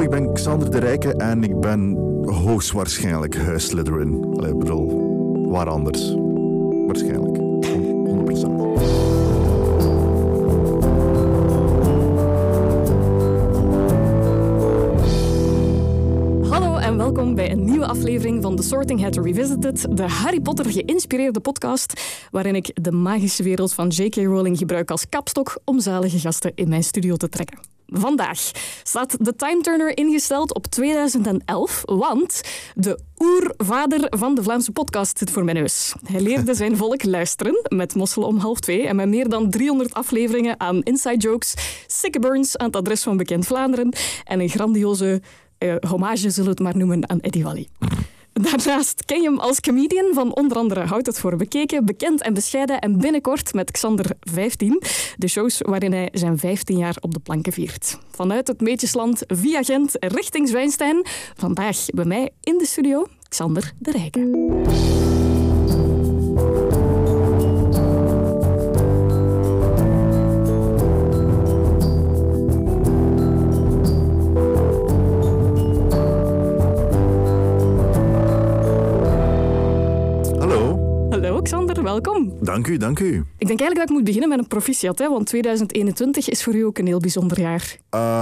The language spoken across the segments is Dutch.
ik ben Xander de Rijke en ik ben hoogstwaarschijnlijk huis Slytherin. Allee, ik bedoel, waar anders? Waarschijnlijk. 100%. En welkom bij een nieuwe aflevering van The Sorting Hat Revisited, de Harry Potter geïnspireerde podcast, waarin ik de magische wereld van J.K. Rowling gebruik als kapstok om zalige gasten in mijn studio te trekken. Vandaag staat de Time Turner ingesteld op 2011, want de oervader van de Vlaamse podcast zit voor mijn neus. Hij leerde zijn volk luisteren met Mosselen om 1:30 en met meer dan 300 afleveringen aan inside jokes, sikke burns aan het adres van Bekend Vlaanderen en een grandioze hommage, zullen we het maar noemen, aan Eddie Wally. Daarnaast ken je hem als comedian van onder andere Houd het voor bekeken, Bekend en bescheiden en binnenkort met Xander 15, de shows waarin hij zijn 15 jaar op de planken viert. Vanuit het Meetjesland via Gent richting Zwijnstein. Vandaag bij mij in de studio Xander de Rijke. Hallo Xander, welkom. Dank u. Ik denk eigenlijk dat ik moet beginnen met een proficiat, hè, want 2021 is voor u ook een heel bijzonder jaar.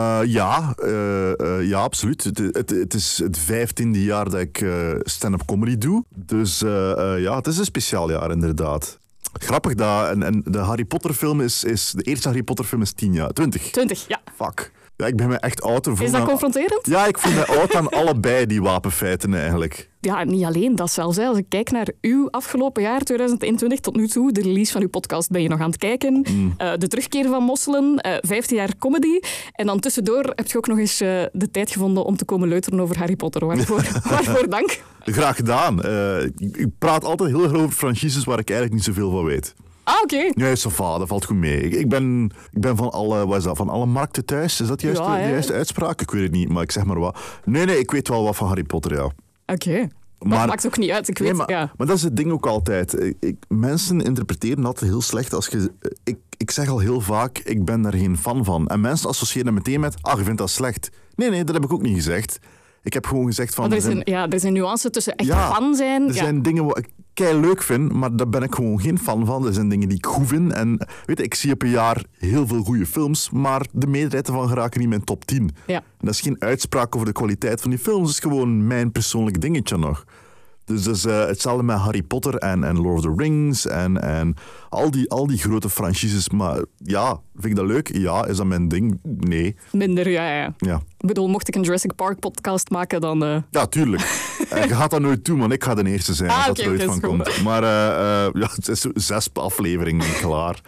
Ja, absoluut. Het is het 15e jaar dat ik stand-up comedy doe. Dus het is een speciaal jaar inderdaad. Grappig dat en de Harry Potter film is de eerste Harry Potter film is 10 jaar. 20. 20, ja. Fuck. Ja, ik ben me echt oud. Is dat confronterend? Ja, ik voel me oud aan allebei die wapenfeiten eigenlijk. Ja, niet alleen dat zelfs. Als ik kijk naar uw afgelopen jaar, 2021 tot nu toe, de release van uw podcast ben je nog aan het kijken. De terugkeer van Mosselen, 15 jaar comedy. En dan tussendoor heb je ook nog eens de tijd gevonden om te komen leuteren over Harry Potter. Waarvoor dank. Graag gedaan. Ik praat altijd heel erg over franchises waar ik eigenlijk niet zoveel van weet. Ah, oké. Nee, Safa, dat valt goed mee. Ik ben van alle markten thuis. Is dat juist de juiste uitspraak? Ik weet het niet, maar ik zeg maar wat. Nee, ik weet wel wat van Harry Potter, ja. Oké. Dat maakt ook niet uit, ik weet het. Maar dat is het ding ook altijd. Mensen interpreteren dat heel slecht als je... Ik zeg al heel vaak, ik ben daar geen fan van. En mensen associëren dat meteen met, je vindt dat slecht. Nee, dat heb ik ook niet gezegd. Ik heb gewoon gezegd van... Er is een nuance tussen echt fan zijn... Er zijn dingen wat ik kei leuk vind, maar daar ben ik gewoon geen fan van. Er zijn dingen die ik goed vind. En weet je, ik zie op een jaar heel veel goede films, maar de meerderheid ervan geraken niet in mijn top 10. Ja. En dat is geen uitspraak over de kwaliteit van die films, dat is gewoon mijn persoonlijk dingetje nog. Dus dat is hetzelfde met Harry Potter en Lord of the Rings en al die grote franchises. Maar ja, vind ik dat leuk? Ja. Is dat mijn ding? Nee. Minder, ja. Ik bedoel, mocht ik een Jurassic Park podcast maken, dan... Ja, tuurlijk. Je gaat dat nooit doen, want ik ga de eerste zijn als dat er ooit van komt. Maar het is 6 afleveringen, klaar.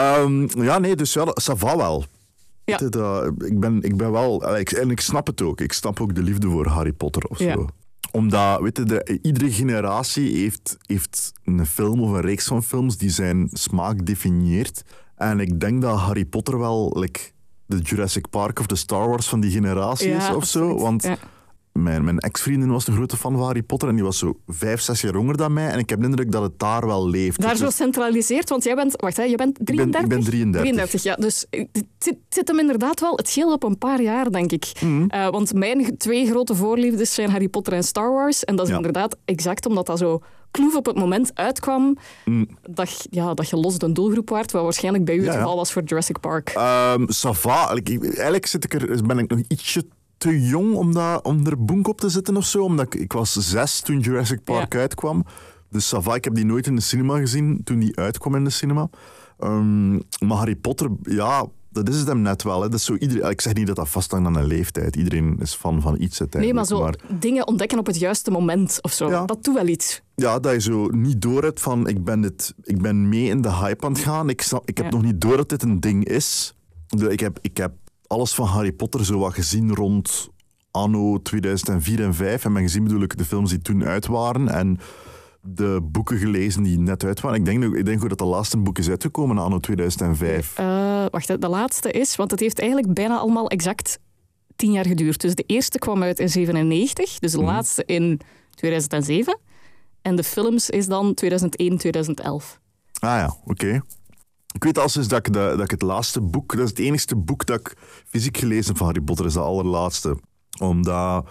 Dus dat va wel. Ja. Ik ben wel... En ik snap het ook. Ik snap ook de liefde voor Harry Potter of ja. zo. Omdat, iedere generatie heeft een film of een reeks van films die zijn smaak definieert. En ik denk dat Harry Potter wel de Jurassic Park of de Star Wars van die generatie is of zo. Want mijn ex-vriendin was een grote fan van Harry Potter en die was zo 5-6 jaar jonger dan mij. En ik heb de indruk dat het daar wel leeft. Daar zo centraliseert, want jij bent... Wacht, je bent 33? Ik ben 33. 33, ja. Dus het zit hem inderdaad wel... Het scheelt op een paar jaar, denk ik. Want mijn 2 grote voorliefdes zijn Harry Potter en Star Wars. En dat is inderdaad exact omdat dat zo kloef op het moment uitkwam dat je los de doelgroep waart, wat waarschijnlijk bij u het geval was voor Jurassic Park. Ça va. Eigenlijk ben ik nog ietsje te jong om er boek op te zetten of zo. Omdat ik was 6 toen Jurassic Park uitkwam. Dus ça va, ik heb die nooit in de cinema gezien toen die uitkwam in de cinema. Maar Harry Potter, dat is het hem net wel. Hè. Dat is zo ik zeg niet dat dat vasthangt aan een leeftijd. Iedereen is fan van iets uiteindelijk. Nee, maar dingen ontdekken op het juiste moment of zo. Ja. Dat doet wel iets. Ja, dat je zo niet door hebt van ik ben mee in de hype aan het gaan. Ik heb nog niet door dat dit een ding is. Ik heb alles van Harry Potter zo wat gezien rond anno 2004 en 2005. En met gezien bedoel ik de films die toen uit waren en de boeken gelezen die net uit waren. Ik denk ook dat de laatste boek is uitgekomen anno 2005. Wacht, de laatste is, want het heeft eigenlijk bijna allemaal exact 10 jaar geduurd. Dus de eerste kwam uit in 1997, dus de laatste in 2007. En de films is dan 2001, 2011. Ah ja, oké. Ik weet al sinds dat ik het laatste boek... Dat is het enigste boek dat ik fysiek gelezen heb van Harry Potter, is de allerlaatste. Omdat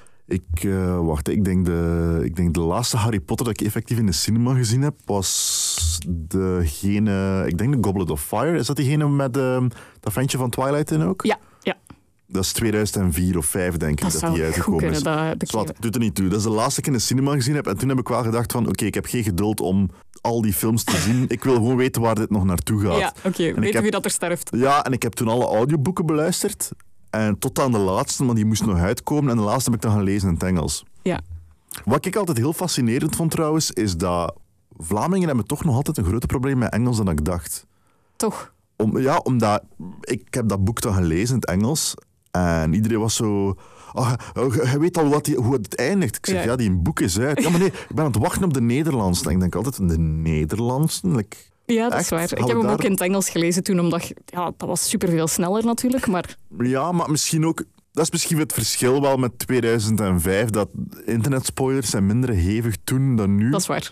ik denk de laatste Harry Potter dat ik effectief in de cinema gezien heb, was degene, ik denk de Goblet of Fire. Is dat diegene met dat ventje van Twilight in ook? Ja. Dat is 2004 of 2005, denk ik, dat die uitgekomen is. Dat doet er niet toe. Dat is de laatste keer in de cinema gezien heb. En toen heb ik wel gedacht van, oké, ik heb geen geduld om al die films te zien. Ik wil gewoon weten waar dit nog naartoe gaat. Ja, weten wie dat er sterft. Ja, en ik heb toen alle audioboeken beluisterd. En tot aan de laatste, want die moest nog uitkomen. En de laatste heb ik dan gelezen in het Engels. Ja. Wat ik altijd heel fascinerend vond trouwens, is dat Vlamingen hebben toch nog altijd een groter probleem met Engels dan ik dacht. Toch? Omdat ik heb dat boek dan gelezen in het Engels. En iedereen was zo... je weet al hoe het eindigt. Ik zeg, die een boek is uit. Ja, maar nee, ik ben aan het wachten op de Nederlandse. En ik denk altijd, de Nederlandse? Ja, dat is waar. Ik heb hem ook in het Engels gelezen toen, omdat dat was superveel sneller natuurlijk, maar... Ja, maar misschien ook... Dat is misschien het verschil wel met 2005, dat internetspoilers zijn minder hevig toen dan nu. Dat is waar.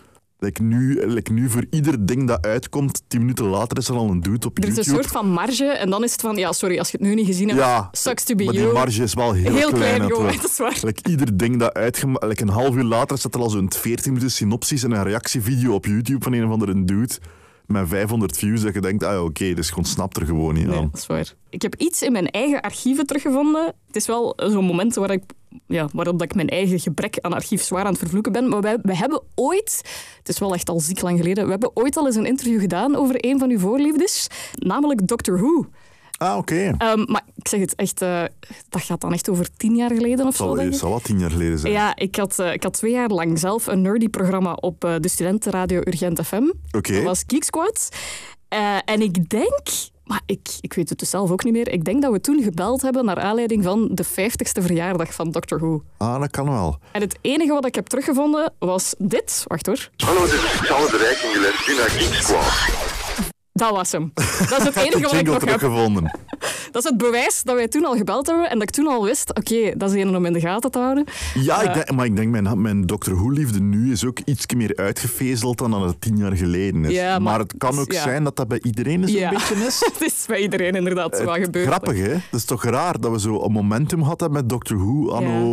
Nu voor ieder ding dat uitkomt, 10 minuten later is er al een dude op YouTube. Er is een soort van marge en dan is het van, sorry, als je het nu niet gezien hebt, sucks to be you. Maar die marge is wel heel klein. Dat is waar. Ieder ding dat uitkomt, een half uur later staat er al zo'n 14 minuten synopsis en een reactievideo op YouTube van een of andere dude met 500 views, dat je denkt, oké, dus gewoon snapt er gewoon niet aan. Nee, dat is waar. Ik heb iets in mijn eigen archieven teruggevonden. Het is wel zo'n moment waarop ik mijn eigen gebrek aan archief zwaar aan het vervloeken ben. Maar we hebben ooit, het is wel echt al ziek lang geleden, we hebben ooit al eens een interview gedaan over een van uw voorliefdes, namelijk Doctor Who. Oké. Maar ik zeg het echt, dat gaat dan echt over 10 jaar geleden of zo. Het zal wel 10 jaar geleden zijn. Ja, ik had 2 jaar lang zelf een nerdy-programma op de studentenradio Urgent FM. Oké. Dat was Geek Squad. En ik denk, maar ik weet het dus zelf ook niet meer, ik denk dat we toen gebeld hebben naar aanleiding van de 50ste verjaardag van Doctor Who. Dat kan wel. En het enige wat ik heb teruggevonden was dit. Wacht hoor. Hallo, dit is Xander de Rijk en je luistert naar Geek Squad. Dat was hem. Dat is het enige wat ik nog heb. Gevonden. Dat is het bewijs dat wij toen al gebeld hebben en dat ik toen al wist, oké, dat is een om in de gaten te houden. Ja, ik denk mijn Doctor Who-liefde nu is ook iets meer uitgevezeld dan het 10 jaar geleden is. Ja, maar het kan ook zijn dat dat bij iedereen zo'n beetje is. Het is bij iedereen inderdaad zo wat gebeurd. Grappig, hè? Het is toch raar dat we zo een momentum hadden met Doctor Who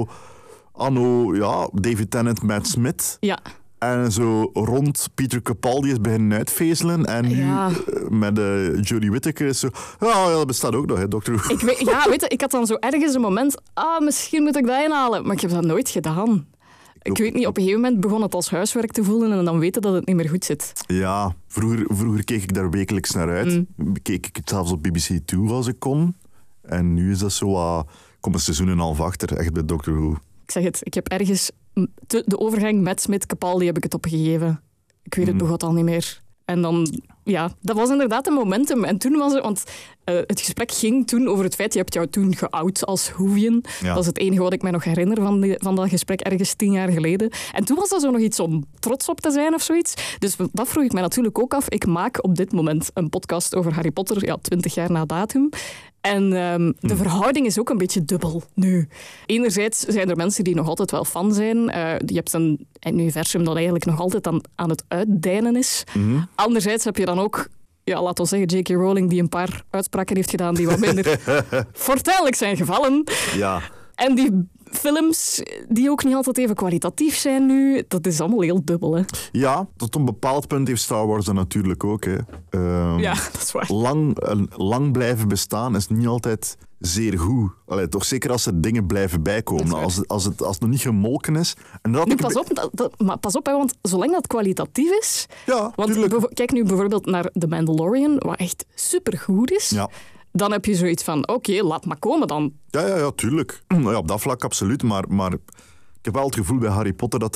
anno David Tennant, Matt Smith. Ja. En zo rond Peter Capaldi is beginnen uitvezelen. En nu met Jodie Whittaker is zo... Ja, dat bestaat ook nog, hè, Doctor Who. Ik had dan zo ergens een moment... misschien moet ik dat inhalen. Maar ik heb dat nooit gedaan. Ik weet niet, op een gegeven moment begon het als huiswerk te voelen en dan weten dat het niet meer goed zit. Ja, vroeger keek ik daar wekelijks naar uit. Keek ik het zelfs op BBC 2 als ik kon. En nu is dat zo... kom een seizoen en een half achter, echt bij Doctor Who. Ik zeg het, ik heb ergens... De overgang met Smith Capaldi heb ik het opgegeven. Ik weet het begot al niet meer. En dan, dat was inderdaad een momentum. En toen was het, want het gesprek ging toen over het feit, je hebt jou toen geout als Whovian. Ja. Dat is het enige wat ik mij nog herinner van dat gesprek ergens 10 jaar geleden. En toen was dat zo nog iets om trots op te zijn of zoiets. Dus dat vroeg ik mij natuurlijk ook af. Ik maak op dit moment een podcast over Harry Potter, 20 jaar na datum. En de verhouding is ook een beetje dubbel nu. Enerzijds zijn er mensen die nog altijd wel fan zijn. Je hebt een universum dat eigenlijk nog altijd aan het uitdijnen is. Mm-hmm. Anderzijds heb je dan ook, laten we zeggen, J.K. Rowling die een paar uitspraken heeft gedaan die wat minder voortuinlijk zijn gevallen. Ja. En die films die ook niet altijd even kwalitatief zijn nu, dat is allemaal heel dubbel. Hè? Ja, tot een bepaald punt heeft Star Wars dat natuurlijk ook. Hè. Ja, dat is waar. Lang blijven bestaan is niet altijd zeer goed. Allee, toch zeker als er dingen blijven bijkomen. Als het nog niet gemolken is. En dat nu, pas op, hè, want zolang dat kwalitatief is... Ja, want kijk nu bijvoorbeeld naar The Mandalorian, wat echt supergoed is. Ja. Dan heb je zoiets van, oké, laat maar komen dan. Ja, tuurlijk. Ja, op dat vlak absoluut. Maar ik heb wel het gevoel bij Harry Potter dat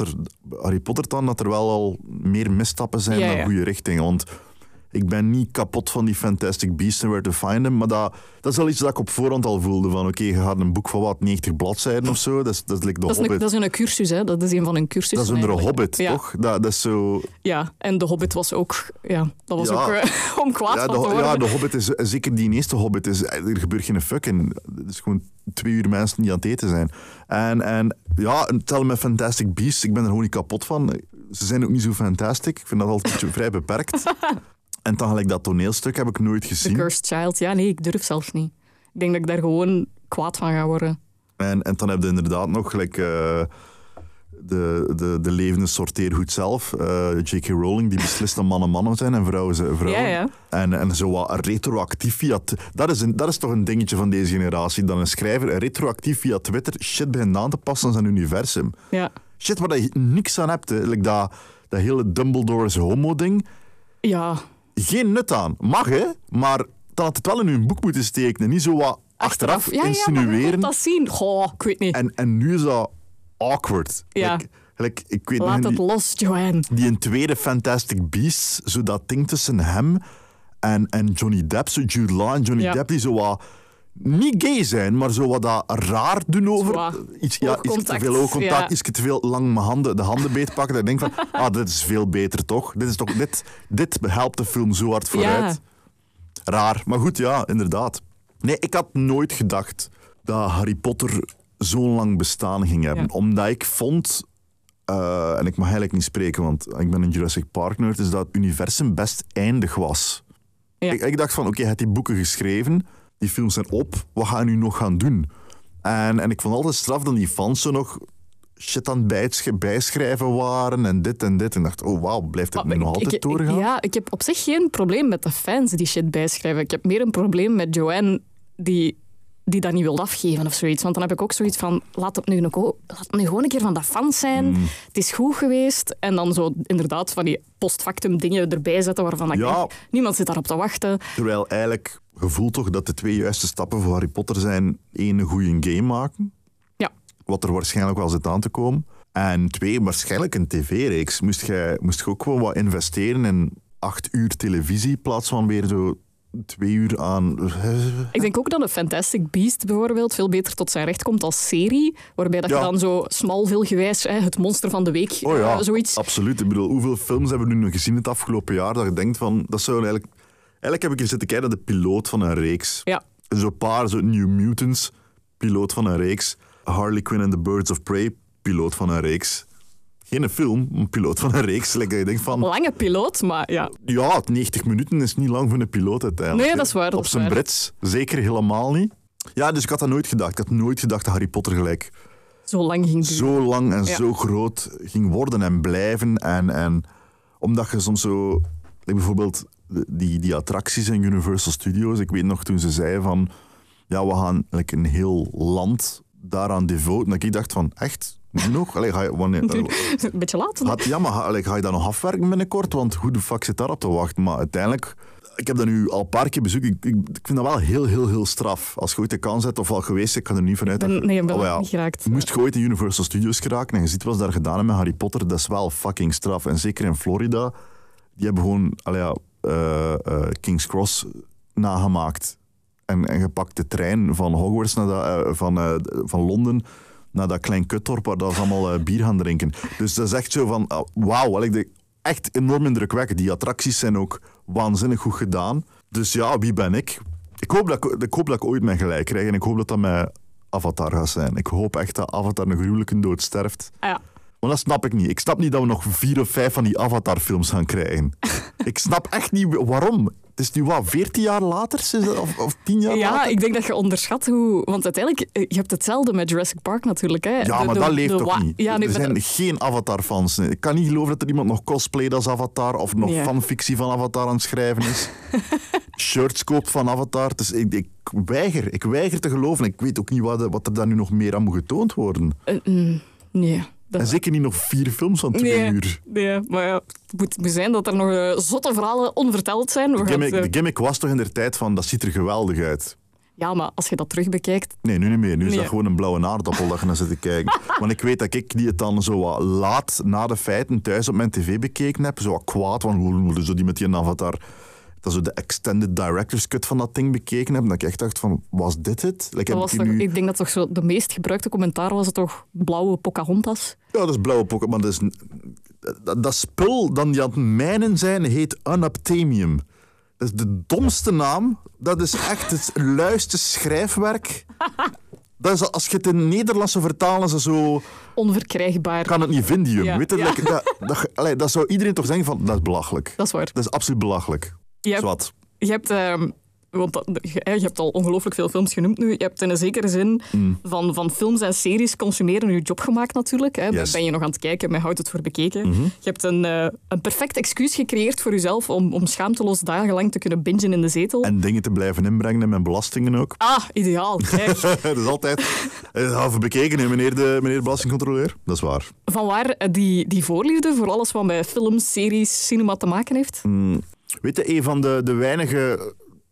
er wel al meer misstappen zijn naar goede richtingen. Want ik ben niet kapot van die Fantastic Beasts and Where to Find Them, maar dat is wel iets dat ik op voorhand al voelde. Van oké, je gaat een boek van 90 bladzijden of zo. Dat like de Hobbit. Dat is een cursus, hè? Dat is een van hun cursussen. Dat is een Hobbit, toch? Dat is zo... Ja, en de Hobbit was ook... Ja, dat was ook om kwaad van te worden. Ja, de Hobbit is... Zeker die eerste Hobbit er gebeurt geen fuck in. Het is gewoon 2 uur mensen die aan het eten zijn. En tel met Fantastic Beasts, ik ben er gewoon niet kapot van. Ze zijn ook niet zo fantastic. Ik vind dat altijd vrij beperkt. En dan gelijk dat toneelstuk heb ik nooit gezien. The Cursed Child, ja, nee, ik durf zelfs niet. Ik denk dat ik daar gewoon kwaad van ga worden. En dan heb je inderdaad nog gelijk de levende sorteergoed zelf. J.K. Rowling, die beslist dat mannen mannen zijn en vrouwen zijn vrouwen. Ja. En zo wat retroactief via... Dat is toch een dingetje van deze generatie. Dat een schrijver retroactief via Twitter shit begint aan te passen aan zijn universum. Ja. Shit waar je niks aan hebt. Hè. Like dat hele Dumbledore's homo-ding. Ja. Geen nut aan. Mag, hè? Maar dan had het wel in hun boek moeten steken. Niet zo wat achteraf insinueren. Ja, maar dat zien. Goh, ik weet niet. En nu is dat awkward. Ja. Ik weet Laat nog, het los, Joanne. die een tweede Fantastic Beasts, zo dat ding tussen hem en Johnny Depp, zo Jude Law en Johnny Depp, die zo wat niet gay zijn, maar zo wat dat raar doen over iets te veel oogcontact, iets te veel lang de handen beetpakken. Dat ik denk van, dit is veel beter toch? Dit helpt de film zo hard vooruit. Ja. Raar, maar goed, ja, inderdaad. Nee, ik had nooit gedacht dat Harry Potter zo'n lang bestaan ging hebben. Ja. Omdat ik vond, en ik mag eigenlijk niet spreken, want ik ben een Jurassic Park nerd, is dat het universum best eindig was. Ja. Ik dacht van, oké, hij heeft die boeken geschreven, die films zijn op, wat ga je nu nog gaan doen? En ik vond altijd straf dat die fans zo nog shit aan het bijschrijven waren en dit. En dacht, oh wauw, blijft het nu nog altijd doorgaan? Ja, ik heb op zich geen probleem met de fans die shit bijschrijven. Ik heb meer een probleem met Joanne die dat niet wil afgeven of zoiets. Want dan heb ik ook zoiets van, laat het nu gewoon een keer van de fans zijn. Het is goed geweest. En dan zo inderdaad van die postfactum dingen erbij zetten waarvan ik denk, niemand zit daarop te wachten. Terwijl eigenlijk, je voelt toch dat de 2 juiste stappen voor Harry Potter zijn: 1, een goede game maken. Ja. Wat er waarschijnlijk wel zit aan te komen. En 2, waarschijnlijk een tv-reeks. Moest je ook gewoon wat investeren in 8 uur televisie, in plaats van weer zo 2 uur aan... Ik denk ook dat een Fantastic Beast bijvoorbeeld veel beter tot zijn recht komt als serie, waarbij dat je dan zo Smallville-gewijs het monster van de week, zoiets... Absoluut. Ik bedoel, hoeveel films hebben we nu nog gezien het afgelopen jaar dat je denkt van, dat zou eigenlijk heb ik hier zitten kijken naar de piloot van een reeks. Ja. Zo'n paar, New Mutants, piloot van een reeks. Harley Quinn and the Birds of Prey, piloot van een reeks. Geen film, een piloot van een reeks. Je denkt van, lange piloot, maar ja. Ja, 90 minuten is niet lang voor een piloot uiteindelijk. Nee, dat is waar. Op zijn Brits, zeker helemaal niet. Ja, dus ik had dat nooit gedacht. Ik had nooit gedacht dat Harry Potter gelijk zo lang ging duren. Zo lang en zo groot ging worden en blijven. En omdat je soms zo... bijvoorbeeld die attracties in Universal Studios. Ik weet nog toen ze zeiden van... Ja, we gaan een heel land daaraan devoten. Dat ik dacht van, echt... Nu nog? Ga je, een beetje laat. Maar ga je dat nog afwerken binnenkort? Want hoe de fuck zit daarop te wachten? Maar uiteindelijk... Ik heb dat nu al een paar keer bezocht. Ik vind dat wel heel, heel, heel straf. Als je ooit de kans hebt, of al geweest, ik kan er niet vanuit. Nee, ik ben niet geraakt. Je moest ooit in Universal Studios geraken en je ziet wat ze daar gedaan hebben met Harry Potter. Dat is wel fucking straf. En zeker in Florida, die hebben gewoon King's Cross nagemaakt. En gepakt de trein van Hogwarts van Londen naar dat klein kutdorp waar dat ze allemaal bier gaan drinken. Dus dat is echt zo van, wauw, echt enorm indrukwekkend. Die attracties zijn ook waanzinnig goed gedaan. Dus ja, wie ben ik? Ik hoop dat ik ooit mijn gelijk krijg en ik hoop dat dat met Avatar gaat zijn. Ik hoop echt dat Avatar een gruwelijke dood sterft. Ja. Maar dat snap ik niet. Ik snap niet dat we nog 4 of 5 van die Avatar-films gaan krijgen. Ik snap echt niet waarom. Het is nu 14 jaar later? Of 10 jaar later? Ja, ik denk dat je onderschat hoe... Want uiteindelijk, je hebt hetzelfde met Jurassic Park natuurlijk. Hè. Ja, maar dat leeft toch niet? Ja, nee, er zijn geen Avatar-fans. Ik kan niet geloven dat er iemand nog cosplayt als Avatar of nog fanfictie van Avatar aan het schrijven is. Shirts koopt van Avatar. Dus ik weiger te geloven. Ik weet ook niet wat er daar nu nog meer aan moet getoond worden. Nee. En zeker niet nog 4 films van 2 uur. Nee, maar ja, het moet zijn dat er nog zotte verhalen onverteld zijn. De gimmick was toch in der tijd van, dat ziet er geweldig uit. Ja, maar als je dat terug bekijkt... Nee, nu niet meer. Nu is dat gewoon een blauwe aardappel dat je naar zit te kijken. Want ik weet dat ik die het dan zo wat laat na de feiten thuis op mijn tv bekeken heb. Zo wat kwaad, want zo die met die Avatar... Dat zo de extended director's cut van dat ding bekeken heb. Dat ik echt dacht van, was dit het? Ik denk dat toch zo de meest gebruikte commentaar was het toch blauwe Pocahontas? Ja, dat is blauwe Pocahontas. Maar dat spul dan die aan het mijnen zijn heet Unobtainium. Dat is de domste naam. Dat is echt het luiste schrijfwerk. Dat is, als je het in Nederlands zou vertalen, is zo... Onverkrijgbaar. Kan het niet vinden, ja. Weet je, dat zou iedereen toch zeggen van, dat is belachelijk. Dat is waar. Dat is absoluut belachelijk. Je hebt Want je hebt al ongelooflijk veel films genoemd nu. Je hebt in een zekere zin van films en series consumeren je job gemaakt natuurlijk. Hè. Yes. Ben je nog aan het kijken, men houdt het voor bekeken. Je hebt een perfect excuus gecreëerd voor jezelf om schaamteloos dagenlang te kunnen bingen in de zetel. En dingen te blijven inbrengen in mijn belastingen ook. Ah, ideaal. Kijk. Dat is altijd... Even bekeken, hè, meneer de belastingcontroleur. Dat is waar. Vanwaar die voorliefde voor alles wat met films, series, cinema te maken heeft? Weet je, een van de weinige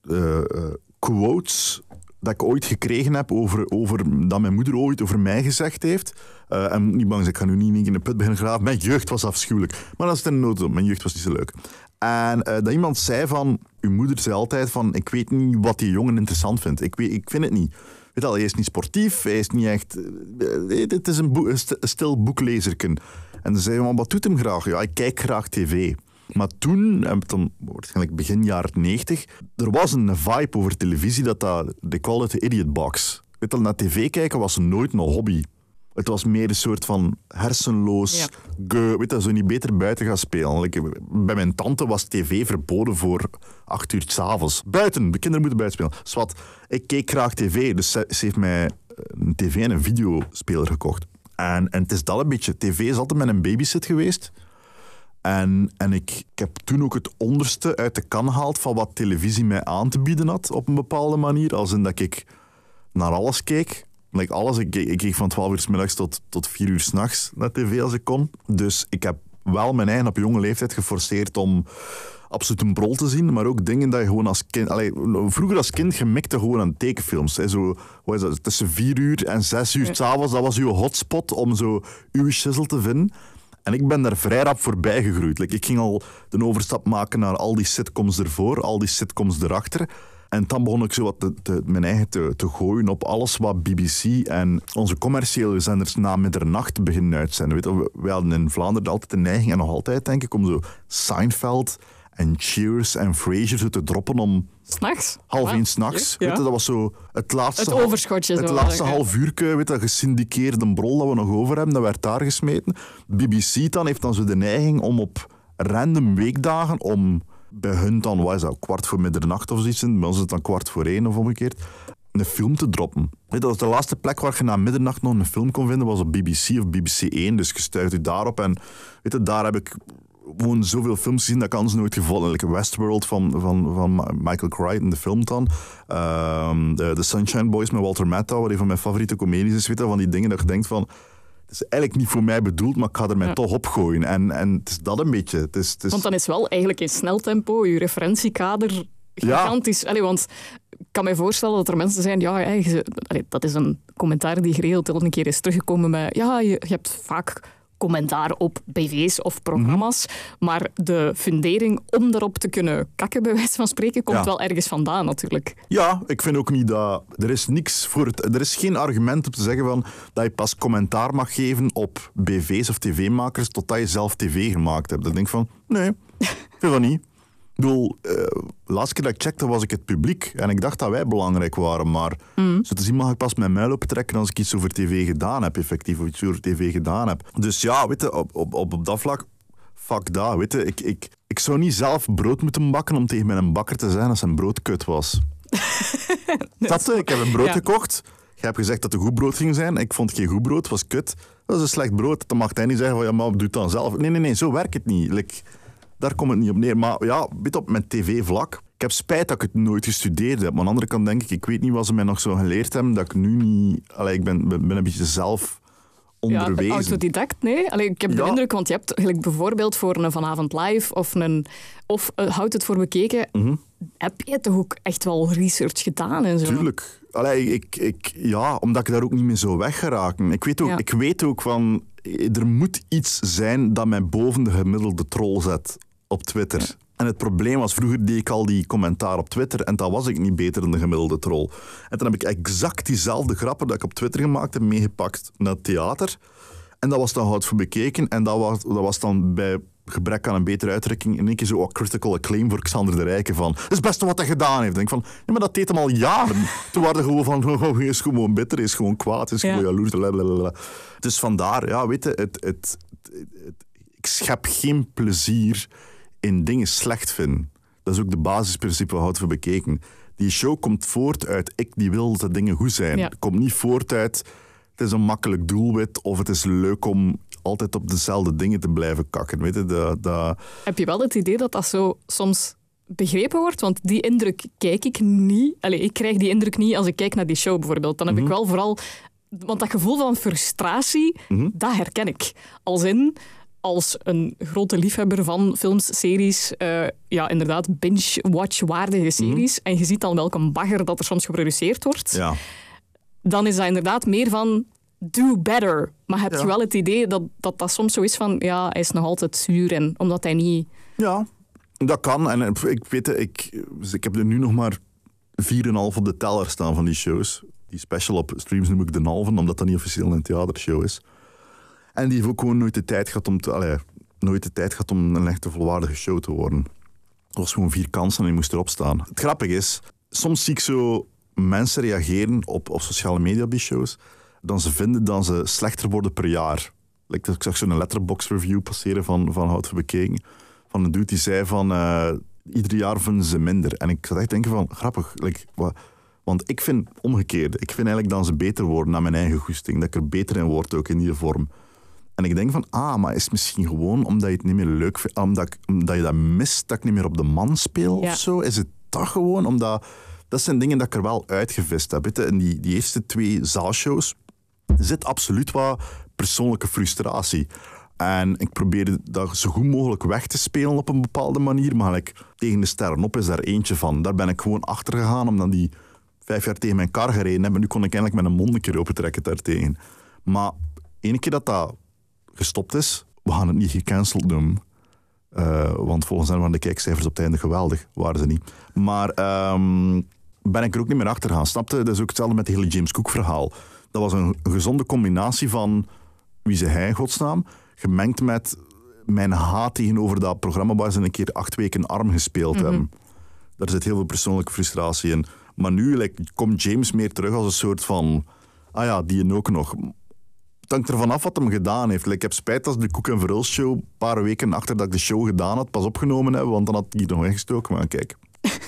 quotes dat ik ooit gekregen heb over dat mijn moeder ooit over mij gezegd heeft. En niet bang zijn, ik ga nu niet in de put beginnen graven. Mijn jeugd was afschuwelijk. Maar dat is ten nood. Mijn jeugd was niet zo leuk. En dat iemand zei van... Uw moeder zei altijd van... Ik weet niet wat die jongen interessant vindt. Ik vind het niet. Weet je al, hij is niet sportief. Hij is niet echt... Het is een stil boeklezerken. En dan zei hij, wat doet hem graag? Ja, ik kijk graag tv. Maar toen, waarschijnlijk begin jaren 90, er was een vibe over televisie they call it the idiot box. Weet je, naar tv kijken was nooit een hobby. Het was meer een soort van hersenloos, weet je, zo niet beter buiten gaan spelen. Bij mijn tante was tv verboden voor 8 uur 's avonds. Buiten, de kinderen moeten buiten spelen. Zwat, ik keek graag tv, dus ze heeft mij een tv en een videospeler gekocht. En het is dat een beetje. TV is altijd met een babysit geweest. En ik heb toen ook het onderste uit de kan gehaald van wat televisie mij aan te bieden had, op een bepaalde manier. Als in dat ik naar alles keek. Alles. Ik keek van 12 uur 's middags tot 4 uur 's nachts naar tv als ik kon. Dus ik heb wel mijn eigen op jonge leeftijd geforceerd om absoluut een brol te zien, maar ook dingen dat je gewoon als kind... vroeger als kind gemikte gewoon aan tekenfilms. Hè. Zo, wat is dat, tussen 4 uur en 6 uur 's avonds, dat was uw hotspot om zo uw shizzle te vinden. En ik ben daar vrij rap voorbij gegroeid. Ik ging al de overstap maken naar al die sitcoms ervoor, al die sitcoms erachter. En dan begon ik zo wat mijn eigen te gooien op alles wat BBC en onze commerciële zenders na middernacht beginnen uitzenden. Weet je, wij hadden in Vlaanderen altijd de neiging, en nog altijd denk ik, om zo Seinfeld en Cheers en Frasier zo te droppen om... 'S'nachts? 1:30 'nachts. Ja. Weet je, dat was zo het laatste... Het overschotje. Het laatste half uurtje, weet je, gesyndiceerde brol dat we nog over hebben, dat werd daar gesmeten. BBC dan heeft dan zo de neiging om op random weekdagen, om bij hun dan, wat is dat, 1:15 of zoiets, bij ons is het dan 1:45 of omgekeerd, een film te droppen. Weet je, dat was de laatste plek waar je na middernacht nog een film kon vinden, was op BBC of BBC 1, dus je stuit je daarop en weet je, daar heb ik gewoon zoveel films gezien dat ik anders nooit gevonden. Like Westworld van Michael Crichton, de film dan. The Sunshine Boys met Walter Matthau, wat een van mijn favoriete comedies is. Weet je, van die dingen dat je denkt van... Het is eigenlijk niet voor mij bedoeld, maar ik ga er mij toch opgooien. En het is dat een beetje. Het is... Want dan is wel eigenlijk in snel tempo je referentiekader gigantisch. Ja. Want ik kan me voorstellen dat er mensen zijn... dat is een commentaar die geregeld een keer is teruggekomen met... Ja, je hebt vaak... commentaar op BV's of programma's, maar de fundering om daarop te kunnen kakken, bij wijze van spreken, komt wel ergens vandaan natuurlijk. Ja, ik vind ook niet dat... Er is niks voor er is geen argument om te zeggen van dat je pas commentaar mag geven op BV's of tv-makers totdat je zelf tv gemaakt hebt. Dan denk ik van, nee, ik vind dat niet. Ik bedoel, de laatste keer dat ik checkte was ik het publiek en ik dacht dat wij belangrijk waren, maar zo te zien mag ik pas mijn muil optrekken als ik iets over tv gedaan heb, effectief, of iets over tv gedaan heb. Dus ja, weet je, op dat vlak, fuck dat, weet je, ik zou niet zelf brood moeten bakken om tegen mijn bakker te zijn als zijn brood kut was. Ik heb een brood gekocht, je hebt gezegd dat het een goed brood ging zijn, ik vond geen goed brood, het was kut, dat is een slecht brood, dan mag hij niet zeggen van ja, maar doe het dan zelf. Nee, zo werkt het niet. Daar komt het niet op neer. Maar ja, weet op met tv-vlak. Ik heb spijt dat ik het nooit gestudeerd heb. Maar aan de andere kant denk ik weet niet wat ze mij nog zo geleerd hebben, dat ik nu niet... ik ben een beetje zelf onderwezen. Ja, autodidact, nee. Ik heb de indruk, want je hebt bijvoorbeeld voor een Vanavond Live of Houd het voor bekeken, heb je toch ook echt wel research gedaan en zo? Tuurlijk. Omdat ik daar ook niet meer zo weg geraken. Ik weet ook van... Er moet iets zijn dat mij boven de gemiddelde troll zet op Twitter. Ja. En het probleem was, vroeger deed ik al die commentaar op Twitter en dan was ik niet beter dan de gemiddelde troll. En dan heb ik exact diezelfde grappen dat ik op Twitter gemaakt heb meegepakt naar het theater. En dat was dan Hout voor bekeken. En dat was dan bij gebrek aan een betere uitdrukking in één keer zo critical acclaim voor Xander de Rijke van dat is het beste wat hij gedaan heeft. Ik denk van, ja, maar dat deed hem al jaren. Toen waren gewoon van, hij is gewoon bitter, hij is gewoon kwaad, hij is gewoon jaloers. Blablabla. Dus vandaar, ja, weet je, ik schep geen plezier in dingen slecht vinden. Dat is ook de basisprincipe van Hout voor bekeken. Die show komt voort uit ik die wil dat dingen goed zijn. Het komt niet voort uit het is een makkelijk doelwit of het is leuk om altijd op dezelfde dingen te blijven kakken. Weet je, Heb je wel het idee dat dat zo soms begrepen wordt? Want die indruk kijk ik niet. Ik krijg die indruk niet als ik kijk naar die show bijvoorbeeld. Dan heb ik wel vooral... Want dat gevoel van frustratie, dat herken ik. Als een grote liefhebber van films, series, inderdaad binge-watch-waardige series, en je ziet dan welke bagger dat er soms geproduceerd wordt, dan is dat inderdaad meer van do better. Maar heb je wel het idee dat soms zo is van hij is nog altijd zuur en omdat hij niet... Ja, dat kan. En ik weet het, ik heb er nu nog maar 4,5 op de teller staan van die shows. Die special op streams noem ik de halve, omdat dat niet officieel een theatershow is. En die heeft ook gewoon nooit de tijd gehad om een echte volwaardige show te worden. Het was gewoon 4 kansen en je moest erop staan. Het grappige is, soms zie ik zo mensen reageren op sociale media op die shows, dan ze vinden dat ze slechter worden per jaar. Ik zag zo'n Letterboxd review passeren van Hout voor Bekeken. Van een dude die zei van ieder jaar vinden ze minder. En ik zat echt denken van, grappig, want ik vind omgekeerd. Ik vind eigenlijk dat ze beter worden naar mijn eigen goesting. Dat ik er beter in word ook in die vorm. En ik denk van, maar is het misschien gewoon omdat je het niet meer leuk vindt, omdat je dat mist, dat ik niet meer op de man speel of zo? Is het dat gewoon? Omdat dat zijn dingen dat ik er wel uitgevist heb. In die eerste 2 zaalshows zit absoluut wat persoonlijke frustratie. En ik probeerde dat zo goed mogelijk weg te spelen op een bepaalde manier. Maar tegen de sterren op is daar eentje van. Daar ben ik gewoon achter gegaan, omdat die 5 jaar tegen mijn kar gereden hebben. Nu kon ik eindelijk met een mond een keer opentrekken daartegen. Maar ene keer dat gestopt is, we gaan het niet gecanceld noemen. Want volgens hen waren de kijkcijfers op het einde geweldig. Waren ze niet. Maar ben ik er ook niet meer achter gaan. Snapte? Dat is ook hetzelfde met het hele James Cook verhaal. Dat was een gezonde combinatie van wie ze hij in godsnaam, gemengd met mijn haat tegenover dat programma waar ze een keer 8 weken arm gespeeld hebben. Daar zit heel veel persoonlijke frustratie in. Maar nu komt James meer terug als een soort van die ook nog. Het hangt ervan af wat hem gedaan heeft. Ik heb spijt als de Koek en Verhul show een paar weken achter dat ik de show gedaan had pas opgenomen hebben, want dan had hij nog weggestoken. Maar kijk.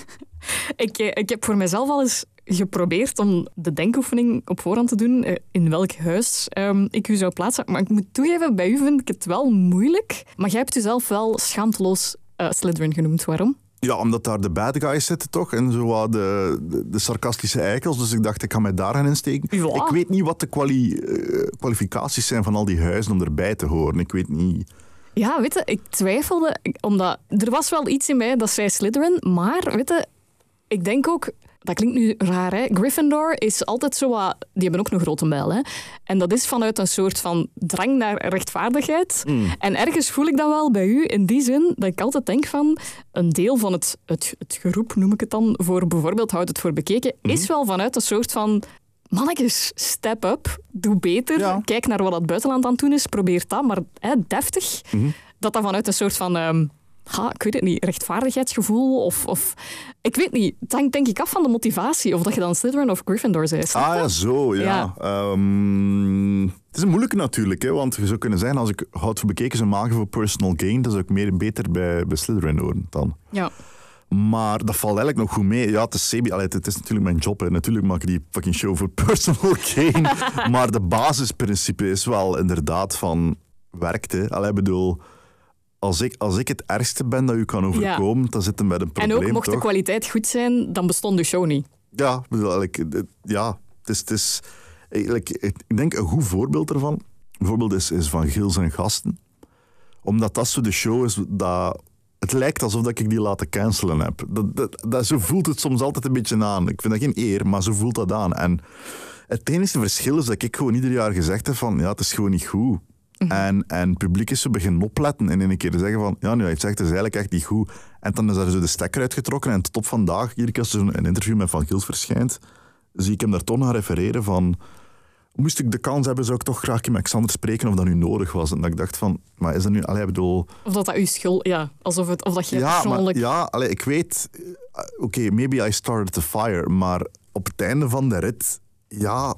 Ik heb voor mezelf al eens geprobeerd om de denkoefening op voorhand te doen, in welk huis ik u zou plaatsen. Maar ik moet toegeven, bij u vind ik het wel moeilijk. Maar jij hebt jezelf wel schaamteloos Slytherin genoemd. Waarom? Ja, omdat daar de bad guys zitten toch? En zo de sarcastische eikels. Dus ik dacht, ik ga mij daar gaan insteken. Ja. Ik weet niet wat de kwalificaties zijn van al die huizen om erbij te horen. Ik weet niet... Ja, weet je, ik twijfelde. Omdat er was wel iets in mij dat zei Slytherin. Maar, weet je, ik denk ook... Dat klinkt nu raar, hè? Gryffindor is altijd zo wat... Die hebben ook een grote muil, hè? En dat is vanuit een soort van drang naar rechtvaardigheid. En ergens voel ik dat wel bij u, in die zin dat ik altijd denk van... Een deel van het geroep, noem ik het dan, voor bijvoorbeeld Houd het voor Bekeken, is wel vanuit een soort van... Mannetjes, step up, doe beter. Ja. Kijk naar wat het buitenland aan het doen is, probeer dat, maar deftig. Dat vanuit een soort van... ik weet het niet, rechtvaardigheidsgevoel of... Ik weet niet, het hangt denk ik af van de motivatie, of dat je dan Slytherin of Gryffindor bent. Zo, ja. Het is een moeilijke natuurlijk, hè, want je zou kunnen zeggen, als ik Houd voor Bekeken zou maken voor personal gain, dan zou ik beter bij Slytherin horen dan. Ja. Maar dat valt eigenlijk nog goed mee. Ja, het is natuurlijk mijn job. Hè. Natuurlijk maak ik die fucking show voor personal gain. Maar de basisprincipe is wel inderdaad van werkt. Hè. Ik bedoel... Als ik het ergste ben dat u kan overkomen, dan zit hem met een probleem. En ook mocht de kwaliteit goed zijn, dan bestond de show niet. Ja, het is ik denk een goed voorbeeld ervan. Bijvoorbeeld is van Gils en Gasten. Omdat dat zo de show is dat... Het lijkt alsof ik die laten cancelen heb. Zo voelt het soms altijd een beetje aan. Ik vind dat geen eer, maar zo voelt dat aan. En het enige verschil is dat ik gewoon ieder jaar gezegd heb van... Ja, het is gewoon niet goed. En het publiek is zo beginnen opletten en in een keer zeggen van... Ja, nu, hij zegt, het is eigenlijk echt niet goed. En dan is daar zo de stekker uitgetrokken. En tot op vandaag, iedere keer als er een interview met Van Gils verschijnt, zie ik hem daar toch naar refereren van... Moest ik de kans hebben, zou ik toch graag met Xander spreken of dat nu nodig was. En dat ik dacht van, maar is dat nu... ik bedoel... Of dat uw schuld... Ja, of dat je persoonlijk... Ik weet... Oké, maybe I started the fire, maar op het einde van de rit... Ja,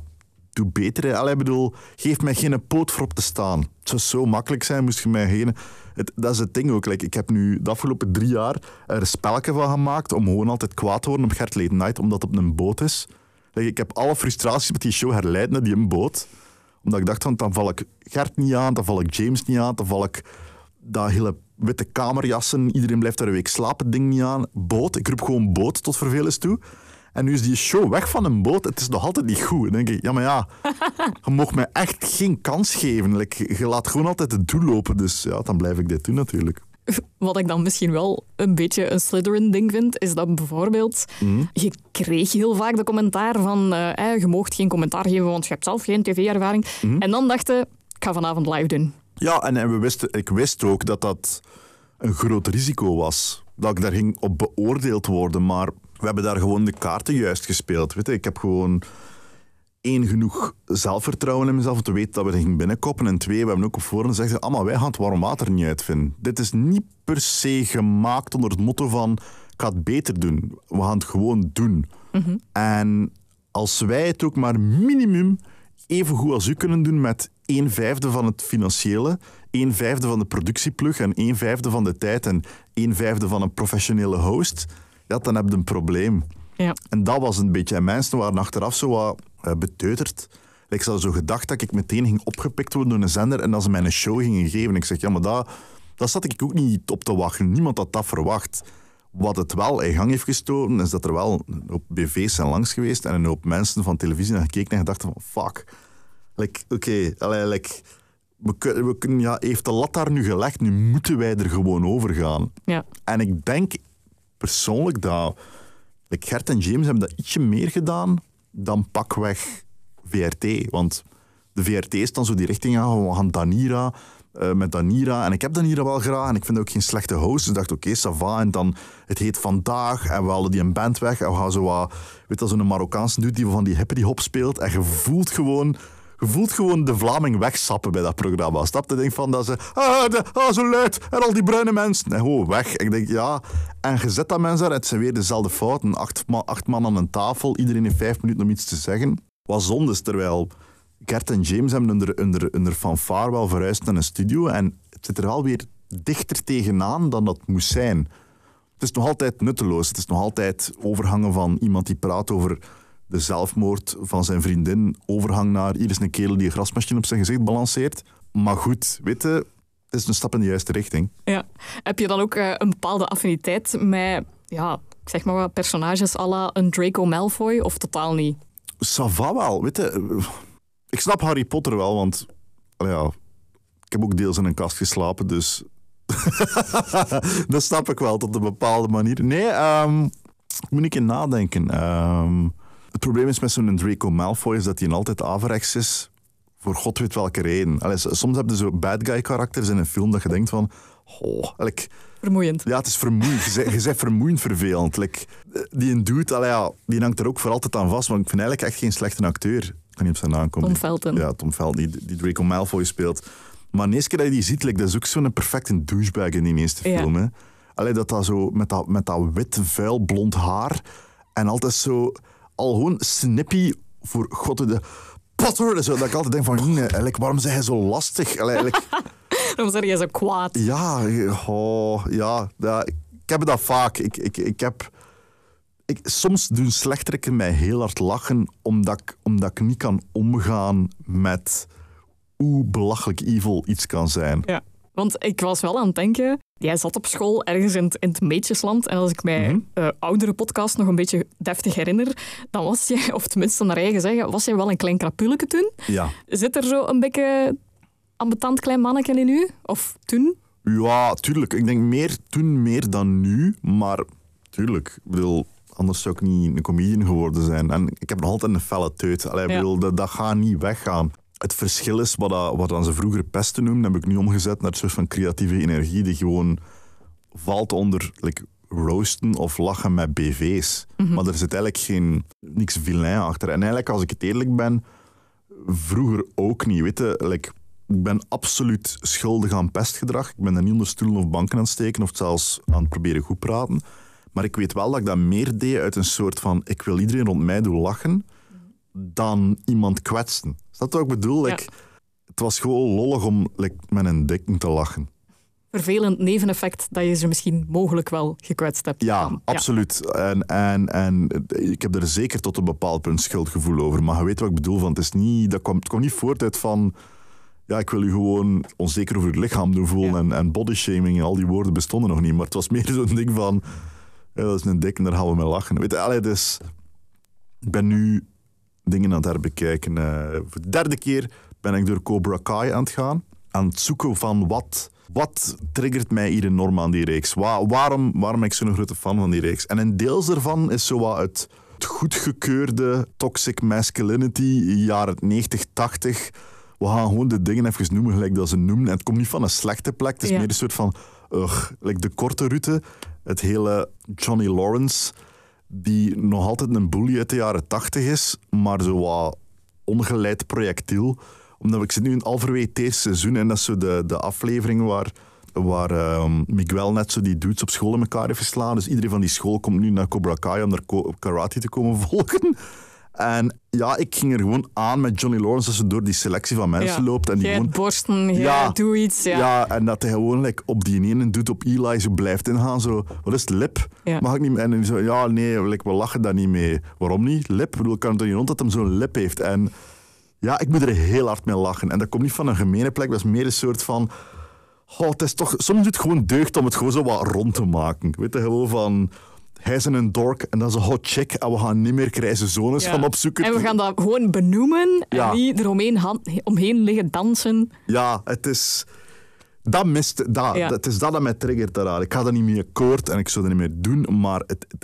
doe beter. Hè. Allee, ik bedoel, geef mij geen poot voor op te staan. Het zou zo makkelijk zijn, moest je mij geen... Dat is het ding ook. Like, ik heb nu de afgelopen 3 jaar er een spelletje van gemaakt om gewoon altijd kwaad te worden op Gert Late Night, omdat het op een boot is. Like, ik heb alle frustraties met die show herleid naar die een boot. Omdat ik dacht, van, dan val ik Gert niet aan, dan val ik James niet aan, dan val ik dat hele witte kamerjassen, iedereen blijft daar een week slapen, ding niet aan. Boot, ik roep gewoon boot tot vervelens toe. En nu is die show weg van een boot, het is nog altijd niet goed. Dan denk ik, ja, maar ja, je mag mij echt geen kans geven. Like, je laat gewoon altijd het doel lopen, dus ja, dan blijf ik dit doen natuurlijk. Wat ik dan misschien wel een beetje een Slytherin-ding vind, is dat bijvoorbeeld... Je kreeg heel vaak de commentaar van... je moogt geen commentaar geven, want je hebt zelf geen tv-ervaring. En dan dacht je, ik ga vanavond live doen. Ja, en ik wist ook dat dat een groot risico was. Dat ik daar ging op beoordeeld worden, maar we hebben daar gewoon de kaarten juist gespeeld. Weet je? Ik heb gewoon 1, genoeg zelfvertrouwen in mezelf om te weten dat we er gingen binnenkoppen. En 2, we hebben ook op voorhand gezegd, maar wij gaan het warm water niet uitvinden. Dit is niet per se gemaakt onder het motto van, ik ga het beter doen. We gaan het gewoon doen. En als wij het ook maar minimum even goed als u kunnen doen met 1/5 van het financiële, 1/5 van de productieplug en 1/5 van de tijd en 1/5 van een professionele host, ja, dan heb je een probleem. Ja. En dat was een beetje... En mensen waren achteraf zo wat beteuterd. Ik had zo gedacht dat ik meteen ging opgepikt worden door een zender en dat ze mij een show gingen geven. Ik zeg, ja, maar dat zat ik ook niet op te wachten. Niemand had dat verwacht. Wat het wel in gang heeft gestoten, is dat er wel een hoop BV's zijn langs geweest en een hoop mensen van televisie naar gekeken en gedacht van, fuck. We kunnen, ja, heeft de lat daar nu gelegd, nu moeten wij er gewoon over gaan. Ja. En ik denk persoonlijk dat Gert en James hebben dat ietsje meer gedaan dan pakweg VRT. Want de VRT is dan zo die richting aan, we gaan Danira, met Danira. En ik heb Danira wel graag en ik vind ook geen slechte host. Dus ik dacht, oké, ça va. En dan, het heet Vandaag en we halen die een band weg. En we gaan zo wat, weet je, zo'n Marokkaanse dude die van die hippity-hop speelt. En je voelt gewoon de Vlaming wegsappen bij dat programma. Snap je? Denk van dat ze... zo luid. En al die bruine mensen. En gewoon weg. Ik denk, ja... En je zet dat mensen daar. Het zijn weer dezelfde fouten. 8 man aan een tafel. Iedereen heeft 5 minuten om iets te zeggen. Wat zonde is, terwijl Gert en James hebben onder fanfare wel verhuisd naar een studio. En het zit er wel weer dichter tegenaan dan dat moest zijn. Het is nog altijd nutteloos. Het is nog altijd overhangen van iemand die praat over de zelfmoord van zijn vriendin, overgang naar hier is een kerel die een grasmachine op zijn gezicht balanceert. Maar goed, weet je, het is een stap in de juiste richting. Ja. Heb je dan ook een bepaalde affiniteit met, ja, ik zeg maar wat, personages à la een Draco Malfoy of totaal niet? Ça va wel, weet je. Ik snap Harry Potter wel, want ja, ik heb ook deels in een kast geslapen, dus dat snap ik wel tot een bepaalde manier. Nee, moet ik in nadenken. Het probleem is met zo'n Draco Malfoy is dat hij altijd averechts is voor god weet welke reden. Soms heb je zo bad guy karakters in een film dat je denkt van... Vermoeiend. Ja, het is vermoeiend. Je bent vermoeiend vervelend. Die een dude, die hangt er ook voor altijd aan vast, want ik vind eigenlijk echt geen slechte acteur. Ik kan niet op zijn naam komen. Tom Felton. Ja, Tom Felton, die Draco Malfoy speelt. Maar de eerste keer dat je die ziet, dat is ook zo'n perfecte douchebag in die eerste film. Hè. Dat zo met dat wit, vuil, blond haar en altijd zo... al gewoon snippy voor god de Potter. Zo, dat ik altijd denk van, waarom zeg hij zo lastig? Waarom zeg jij zo kwaad? Ja, ik heb dat vaak. Soms doen slechteriken mij heel hard lachen, omdat ik niet kan omgaan met hoe belachelijk evil iets kan zijn. Ja, want ik was wel aan het denken... Jij zat op school ergens in het Meetjesland en als ik mij oudere podcast nog een beetje deftig herinner, dan was jij, of tenminste naar eigen zeggen, was jij wel een klein krapuleke toen? Ja. Zit er zo een beetje ambetant klein manneken in u? Of toen? Ja, tuurlijk. Ik denk toen meer dan nu, maar tuurlijk. Ik bedoel, anders zou ik niet een comedian geworden zijn. En ik heb nog altijd een felle teut. Ik bedoel, dat gaat niet weggaan. Het verschil is, wat ze vroeger pesten noemden, heb ik nu omgezet naar een soort van creatieve energie die gewoon valt onder roosten of lachen met BV's. Maar er zit eigenlijk niks vilain achter. En eigenlijk, als ik het eerlijk ben, vroeger ook niet. Weet je, ik ben absoluut schuldig aan pestgedrag. Ik ben er niet onder stoelen of banken aan het steken of zelfs aan het proberen goed praten. Maar ik weet wel dat ik dat meer deed uit een soort van ik wil iedereen rond mij doen lachen dan iemand kwetsen. Is dat wat ik bedoel? Ja. Het was gewoon lollig om met een dikking te lachen. Vervelend neveneffect dat je ze misschien mogelijk wel gekwetst hebt. Ja, absoluut. En ik heb er zeker tot een bepaald punt schuldgevoel over. Maar je weet wat ik bedoel. Van, het kwam niet voort uit van... Ja, ik wil u gewoon onzeker over het lichaam doen voelen. En bodyshaming en al die woorden bestonden nog niet. Maar het was meer zo'n ding van... Ja, dat is een dik en daar gaan we mee lachen. Weet je, dus, ik ben nu dingen aan het herbekijken. Voor de derde keer ben ik door Cobra Kai aan het gaan. Aan het zoeken van wat triggert mij hier enorm aan die reeks. Waarom ben ik zo'n grote fan van die reeks? En een deel daarvan is zo wat het goedgekeurde toxic masculinity, jaren 90, 80... We gaan gewoon de dingen even noemen gelijk dat ze noemen. En het komt niet van een slechte plek. Het is meer een soort van... like de korte route. Het hele Johnny Lawrence, die nog altijd een bully uit de jaren 80 is, maar zo wat ongeleid projectiel. Omdat ik zit nu in halverwege het eerste seizoen en dat is zo de aflevering waar Miguel net zo die dudes op school in elkaar heeft geslagen. Dus iedereen van die school komt nu naar Cobra Kai om daar karate te komen volgen. En ja, ik ging er gewoon aan met Johnny Lawrence als ze door die selectie van mensen loopt. En die gewoon borsten, doe iets. Ja, en dat hij gewoon op die ene doet op Eli zo blijft ingaan. Zo, wat is het, lip? Ja. Mag ik niet? En zo, ja, nee, we lachen daar niet mee. Waarom niet? Lip? Ik bedoel, kan het er niet rond dat hem zo'n lip heeft? En ja, ik moet er heel hard mee lachen. En dat komt niet van een gemene plek, dat is meer een soort van... het is toch, soms doet het gewoon deugd om het gewoon zo wat rond te maken. Weet je, gewoon van... Hij is een dork en dat is een hot chick en we gaan niet meer grijze zones gaan opzoeken. En we gaan dat gewoon benoemen en niet omheen liggen dansen. Ja, het is... Dat mist... Het is dat mij triggert daaraan. Ik ga dat niet meer akkoord en ik zou dat niet meer doen, maar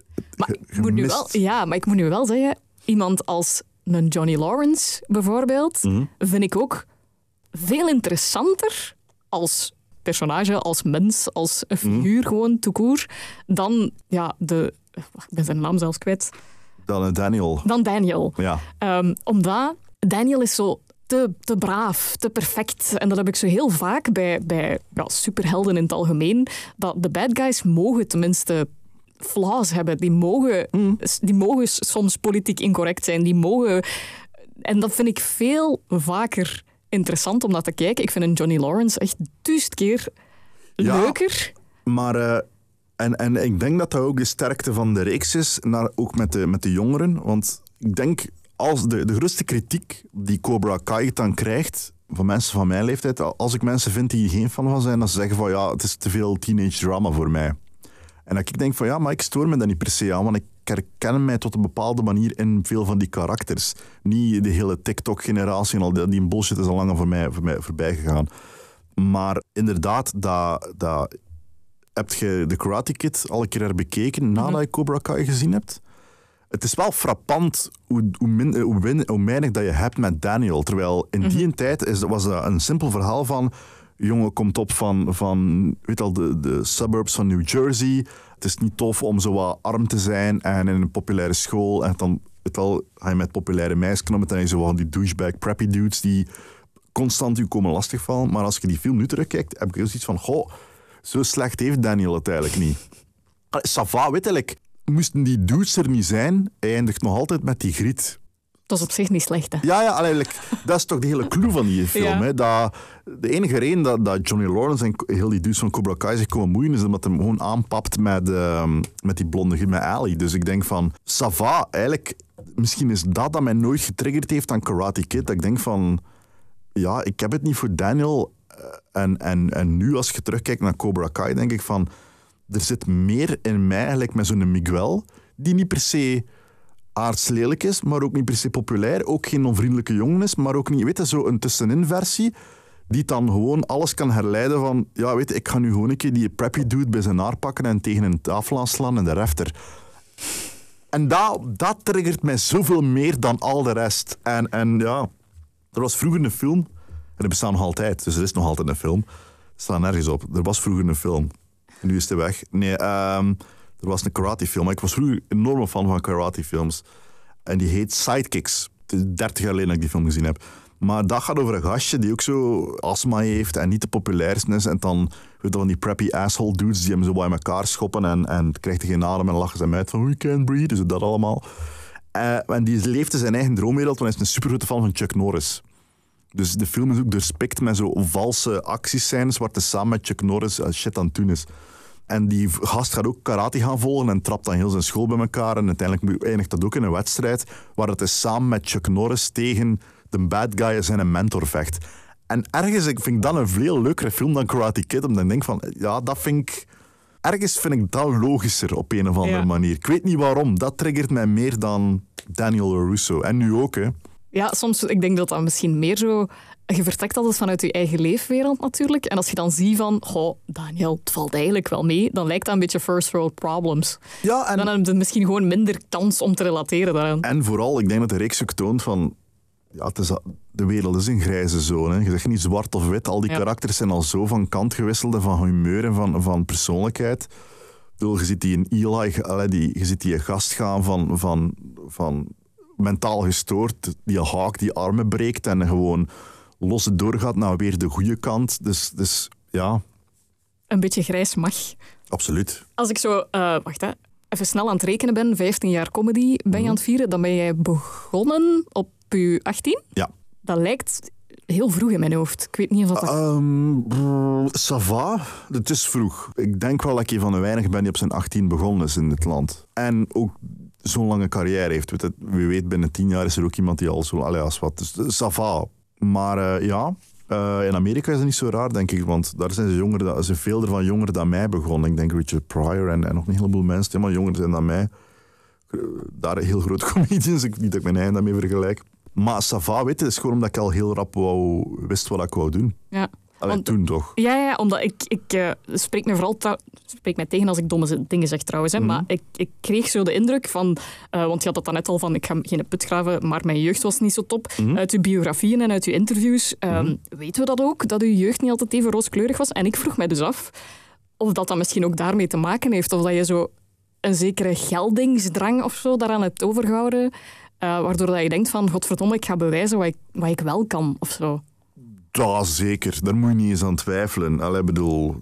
maar ik moet nu wel zeggen, iemand als een Johnny Lawrence bijvoorbeeld, vind ik ook veel interessanter als personage, als mens, als een figuur gewoon, tout court, dan ik ben zijn naam zelfs kwijt. Dan Daniel. Ja. Omdat Daniel is zo te braaf, te perfect. En dat heb ik zo heel vaak bij superhelden in het algemeen, dat de bad guys mogen tenminste flaws hebben. Die mogen soms politiek incorrect zijn. Die mogen... En dat vind ik veel vaker interessant om naar te kijken. Ik vind een Johnny Lawrence echt 1000 keer leuker. Maar... En ik denk dat dat ook de sterkte van de reeks is, ook met de jongeren. Want ik denk, als de grootste kritiek die Cobra Kai dan krijgt, van mensen van mijn leeftijd, als ik mensen vind die geen fan van zijn, dan ze zeggen van het is te veel teenage drama voor mij. En dat ik denk van maar ik stoor me daar niet per se aan, want ik herken mij tot een bepaalde manier in veel van die karakters. Niet de hele TikTok-generatie en al die bullshit is al lang voor mij voorbij gegaan. Maar inderdaad, heb je de Karate Kid al een keer herbekeken nadat je Cobra Kai gezien hebt? Het is wel frappant hoe weinig dat je hebt met Daniel. Terwijl in die tijd was dat een simpel verhaal van... jongen komt op van weet al, de suburbs van New Jersey. Het is niet tof om zo wat arm te zijn en in een populaire school. En dan ga je met populaire meisjes om. En dan heb je zo van die douchebag preppy dudes die constant je komen lastigvallen. Maar als je die film nu terugkijkt, heb ik zoiets van... zo slecht heeft Daniel het eigenlijk niet. Sava, weet je, moesten die dudes er niet zijn, hij eindigt nog altijd met die griet. Dat is op zich niet slecht, hè? Ja, dat is toch de hele clue van die film. Ja. Hè? De enige reden dat Johnny Lawrence en heel die dudes van Cobra Kai zich komen moeien, is omdat hij hem gewoon aanpapt met die blonde met Ali. Dus ik denk van, Sava, eigenlijk, misschien is dat mij nooit getriggerd heeft aan Karate Kid. Dat ik denk van, ik heb het niet voor Daniel... En nu, als je terugkijkt naar Cobra Kai, denk ik van... Er zit meer in mij, eigenlijk met zo'n Miguel, die niet per se aardslelijk is, maar ook niet per se populair. Ook geen onvriendelijke jongen is, maar ook niet... Weet je, zo een tussenin versie, die dan gewoon alles kan herleiden van... ik ga nu gewoon een keer die preppy dude bij zijn haar pakken en tegen een tafel aanslaan en de refter. En dat triggert mij zoveel meer dan al de rest. En er was vroeger een film... En er bestaat nog altijd, dus er is nog altijd een film. Er staat nergens op. Er was vroeger een film. En nu is hij weg. Nee, er was een karate-film. Maar ik was vroeger een enorme fan van karate-films. En die heet Sidekicks. Het is 30 jaar geleden dat ik die film gezien heb. Maar dat gaat over een gastje die ook zo astma heeft en niet de populairste is. En dan van die preppy asshole dudes die hem zo bij elkaar schoppen. En krijgt hij geen adem en lachen ze hem uit van we can't breathe. Dus dat allemaal. En die leeft in zijn eigen droomwereld, want hij is een supergrote fan van Chuck Norris. Dus de film is ook doorspikt met zo valse actiescènes waar hij samen met Chuck Norris shit aan het doen is. En die gast gaat ook karate gaan volgen en trapt dan heel zijn school bij elkaar. En uiteindelijk eindigt dat ook in een wedstrijd waar het is samen met Chuck Norris tegen de bad guy en zijn mentor vecht. En ergens vind ik dat een veel leukere film dan Karate Kid, omdat ik denk van, ja, dat vind ik... Ergens vind ik dat logischer op een of andere manier. Ik weet niet waarom. Dat triggert mij meer dan Daniel LaRusso. En nu ook, hè. Ja, soms, ik denk dat misschien meer zo... Je vertrekt altijd vanuit je eigen leefwereld natuurlijk. En als je dan ziet van, Daniel, het valt eigenlijk wel mee, dan lijkt dat een beetje first world problems. Ja, en... Dan heb je misschien gewoon minder kans om te relateren daaraan. En vooral, ik denk dat de reeks ook toont van... Ja, de wereld is een grijze zone. Je zegt niet zwart of wit. Al die karakters zijn al zo van kant gewisseld en van humeur en van persoonlijkheid. Je ziet die in Eli, je ziet die gast gaan van mentaal gestoord, die Hawk die armen breekt en gewoon los doorgaat naar weer de goede kant. Dus ja... Een beetje grijs mag. Absoluut. Als ik zo... even snel aan het rekenen ben, 15 jaar comedy ben je aan het vieren, dan ben jij begonnen op je 18? Ja. Dat lijkt heel vroeg in mijn hoofd. Ik weet niet of dat... Ça va. Het is vroeg. Ik denk wel dat ik een van de weinigen ben die op zijn 18 begonnen is in dit land. En ook zo'n lange carrière heeft. Wie weet, binnen 10 jaar is er ook iemand die al zo... als wat. Dus ça va. Maar in Amerika is het niet zo raar, denk ik. Want daar zijn ze veel ervan jonger dan mij begonnen. Ik denk Richard Pryor en nog een heleboel mensen die helemaal jonger zijn dan mij. Daar heel grote comedians. Niet dat ik mijn eigen daarmee vergelijk. Maar ça va, weet je, het is gewoon omdat ik al heel rap wist wat ik wou doen. Ja. Toen toch. Ja, omdat ik spreek me vooral spreek mij tegen als ik domme dingen zeg trouwens. Hè, maar ik kreeg zo de indruk van, want je had het dan net al van, ik ga geen put graven, maar mijn jeugd was niet zo top. Uit uw biografieën en uw interviews weten we dat ook, dat uw jeugd niet altijd even rooskleurig was. En ik vroeg mij dus af of dat dan misschien ook daarmee te maken heeft, of dat je zo een zekere geldingsdrang of zo daaraan hebt overgehouden, waardoor dat je denkt van, godverdomme, ik ga bewijzen wat ik wel kan, of zo. Ja, zeker. Daar moet je niet eens aan twijfelen. Allee, bedoel,